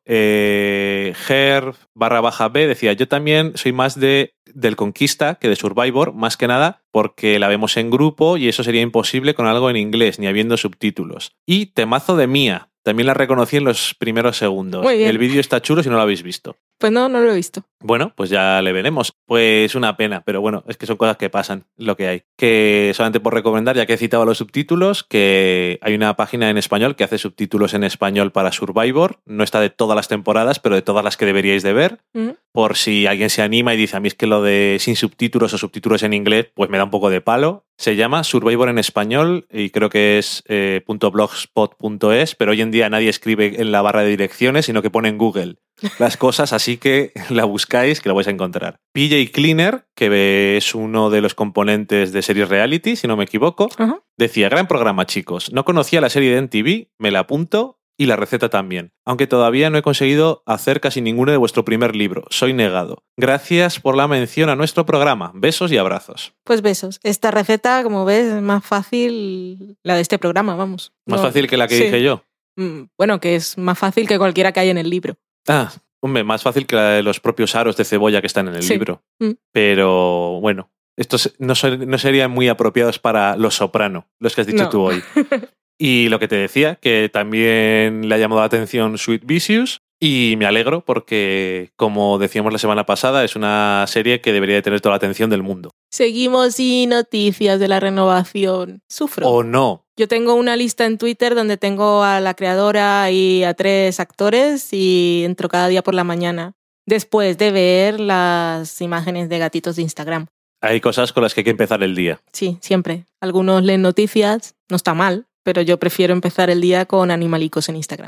Speaker 2: Eh, Ger barra baja B decía, yo también soy más de del Conquista que de Survivor, más que nada porque la vemos en grupo y eso sería imposible con algo en inglés, ni habiendo subtítulos. Y temazo de Mía, también la reconocí en los primeros segundos.
Speaker 1: Muy bien.
Speaker 2: El vídeo está chulo si no lo habéis visto.
Speaker 1: Pues no, no lo he visto.
Speaker 2: Bueno, pues ya le veremos. Pues una pena, pero bueno, es que son cosas que pasan, lo que hay. Que solamente por recomendar, ya que he citado los subtítulos, que hay una página en español que hace subtítulos en español para Survivor. No está de todas las temporadas, pero de todas las que deberíais de ver.
Speaker 1: Ujú.
Speaker 2: Por si alguien se anima y dice, a mí es que lo de sin subtítulos o subtítulos en inglés, pues me da un poco de palo. Se llama Survivor en español y creo que es eh, .blogspot punto es, pero hoy en día nadie escribe en la barra de direcciones, sino que pone en Google las cosas, así que la buscáis, que la vais a encontrar. P J Cleaner, que es uno de los componentes de Series Reality, si no me equivoco,
Speaker 1: Ajá.
Speaker 2: decía, gran programa, chicos. No conocía la serie de M T V, me la apunto y la receta también. Aunque todavía no he conseguido hacer casi ninguno de vuestro primer libro. Soy negado. Gracias por la mención a nuestro programa. Besos y abrazos.
Speaker 1: Pues besos. Esta receta, como ves, es más fácil la de este programa, vamos.
Speaker 2: Más
Speaker 1: No-
Speaker 2: fácil que la que
Speaker 1: sí.
Speaker 2: dije yo.
Speaker 1: Mm, Bueno, que es más fácil que cualquiera que hay en el libro.
Speaker 2: Ah, hombre, más fácil que la de los propios aros de cebolla que están en el
Speaker 1: Sí.
Speaker 2: libro.
Speaker 1: Mm.
Speaker 2: Pero bueno, estos no, son- no serían muy apropiados para Los Soprano, los que has dicho
Speaker 1: No.
Speaker 2: tú hoy. Y lo que te decía, que también le ha llamado la atención Sweet Vicious. Y me alegro porque, como decíamos la semana pasada, es una serie que debería de tener toda la atención del mundo.
Speaker 1: Seguimos sin noticias de la renovación. Sufro.
Speaker 2: ¿O no?
Speaker 1: Yo tengo una lista en Twitter donde tengo a la creadora y a tres actores y entro cada día por la mañana después de ver las imágenes de gatitos de Instagram.
Speaker 2: Hay cosas con las que hay que empezar el día.
Speaker 1: Sí, siempre. Algunos leen noticias, no está mal, pero yo prefiero empezar el día con animalicos en Instagram.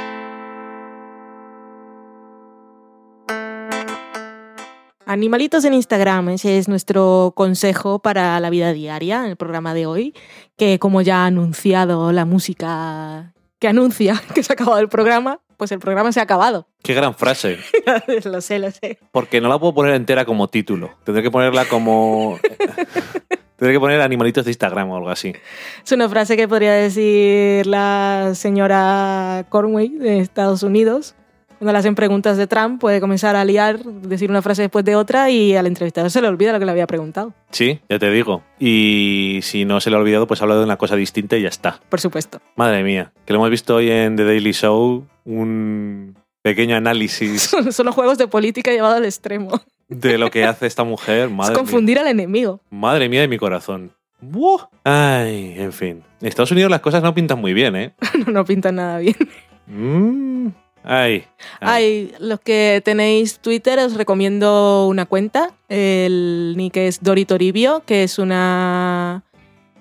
Speaker 1: Animalitos en Instagram, ese es nuestro consejo para la vida diaria en el programa de hoy, que como ya ha anunciado la música que anuncia que se ha acabado el programa, pues el programa se ha acabado.
Speaker 2: Qué gran frase.
Speaker 1: Lo sé, lo sé.
Speaker 2: Porque no la puedo poner entera como título. Tendré que ponerla como... Tendré que poner animalitos de Instagram o algo así.
Speaker 1: Es una frase que podría decir la señora Conway de Estados Unidos. Cuando le hacen preguntas de Trump, puede comenzar a liar, decir una frase después de otra y al entrevistador se le olvida lo que le había preguntado.
Speaker 2: Sí, ya te digo. Y si no se le ha olvidado, pues habla de una cosa distinta y ya está.
Speaker 1: Por supuesto.
Speaker 2: Madre mía, que lo hemos visto hoy en The Daily Show, un pequeño análisis
Speaker 1: Son, son los juegos de política llevados al extremo.
Speaker 2: de lo que hace esta mujer. Madre
Speaker 1: es
Speaker 2: mía.
Speaker 1: confundir al enemigo.
Speaker 2: Madre mía de mi corazón. ¡Buah! Ay, en fin. En Estados Unidos las cosas no pintan muy bien, ¿eh?
Speaker 1: No, no pintan nada bien.
Speaker 2: Mm, ay, ay.
Speaker 1: Ay, los que tenéis Twitter os recomiendo una cuenta. El nick es Dori Toribio, que es una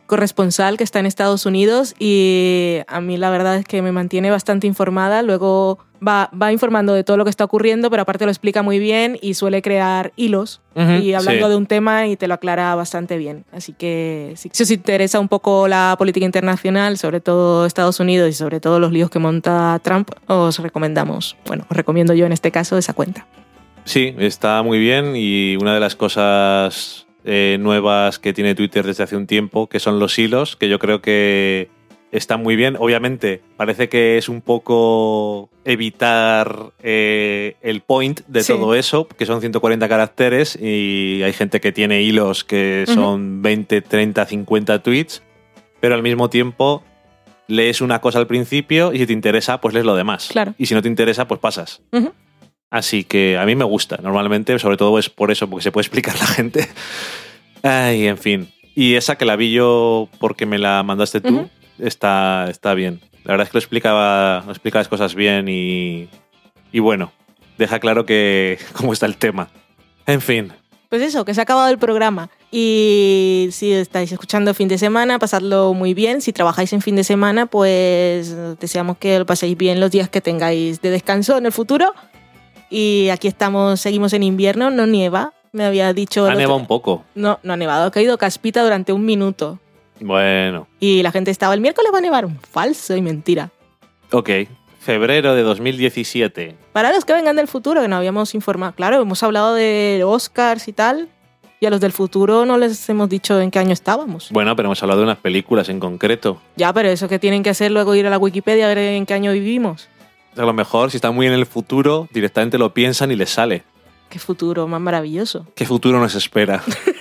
Speaker 1: corresponsal que está en Estados Unidos y a mí la verdad es que me mantiene bastante informada. Luego va, va informando de todo lo que está ocurriendo, pero aparte lo explica muy bien y suele crear hilos uh-huh, y hablando sí. de un tema y te lo aclara bastante bien. Así que si, si os interesa un poco la política internacional, sobre todo Estados Unidos y sobre todo los líos que monta Trump, os recomendamos, bueno, os recomiendo yo en este caso esa cuenta.
Speaker 2: Sí, está muy bien y una de las cosas Eh, nuevas que tiene Twitter desde hace un tiempo, que son los hilos, que yo creo que están muy bien. Obviamente, parece que es un poco evitar eh, el point de sí. todo eso, que son ciento cuarenta caracteres y hay gente que tiene hilos que son uh-huh. veinte, treinta, cincuenta tweets, pero al mismo tiempo lees una cosa al principio y si te interesa, pues lees lo demás.
Speaker 1: Claro.
Speaker 2: Y si no te interesa, pues pasas.
Speaker 1: Uh-huh.
Speaker 2: Así que a mí me gusta, normalmente, sobre todo es por eso, porque se puede explicar la gente. Ay, en fin. Y esa que la vi yo porque me la mandaste tú, uh-huh. está, está bien. La verdad es que lo explicaba, lo explica las cosas bien y, y bueno, deja claro que cómo está el tema. En fin.
Speaker 1: Pues eso, que se ha acabado el programa. Y si estáis escuchando fin de semana, pasadlo muy bien. Si trabajáis en fin de semana, pues deseamos que lo paséis bien los días que tengáis de descanso en el futuro. Y aquí estamos, seguimos en invierno, no nieva, me había dicho...
Speaker 2: Ha nevado un poco.
Speaker 1: No, no ha nevado, ha caído caspita durante un minuto.
Speaker 2: Bueno.
Speaker 1: Y la gente estaba, el miércoles va a nevar, un falso y mentira.
Speaker 2: Ok, febrero de dos mil diecisiete.
Speaker 1: Para los que vengan del futuro, que no habíamos informado, claro, hemos hablado de Oscars y tal, y a los del futuro no les hemos dicho en qué año estábamos.
Speaker 2: Bueno, pero hemos hablado de unas películas en concreto.
Speaker 1: Ya, pero eso que tienen que hacer luego ir a la Wikipedia a ver en qué año vivimos.
Speaker 2: A lo mejor, si están muy en el futuro, directamente lo piensan y les sale.
Speaker 1: Qué futuro más maravilloso.
Speaker 2: Qué futuro nos espera.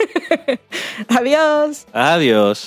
Speaker 1: Adiós.
Speaker 2: Adiós.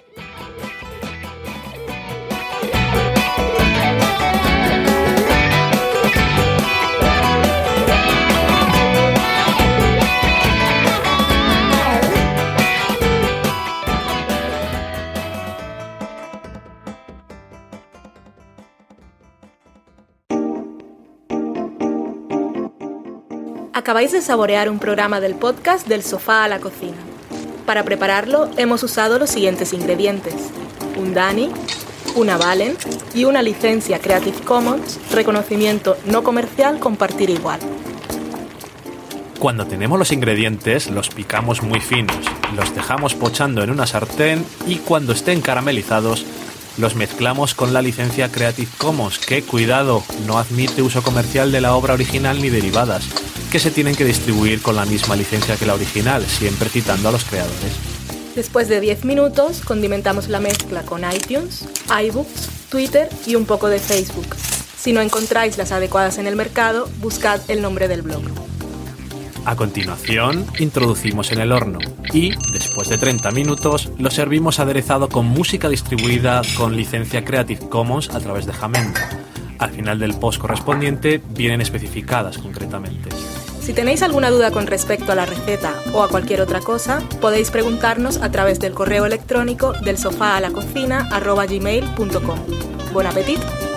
Speaker 1: Acabáis de saborear un programa del podcast Del sofá a la cocina. Para prepararlo hemos usado los siguientes ingredientes: un Dani, una Valen y una licencia Creative Commons, reconocimiento no comercial, compartir igual.
Speaker 6: Cuando tenemos los ingredientes los picamos muy finos, los dejamos pochando en una sartén y cuando estén caramelizados los mezclamos con la licencia Creative Commons, que, cuidado, no admite uso comercial de la obra original ni derivadas, que se tienen que distribuir con la misma licencia que la original, siempre citando a los creadores.
Speaker 1: Después de diez minutos, condimentamos la mezcla con iTunes, iBooks, Twitter y un poco de Facebook. Si no encontráis las adecuadas en el mercado, buscad el nombre del blog.
Speaker 6: A continuación, introducimos en el horno y, después de treinta minutos, lo servimos aderezado con música distribuida con licencia Creative Commons a través de Jamendo. Al final del post correspondiente vienen especificadas concretamente.
Speaker 1: Si tenéis alguna duda con respecto a la receta o a cualquier otra cosa, podéis preguntarnos a través del correo electrónico del sofá a la cocina arroba gmail punto com. ¡Buen apetito!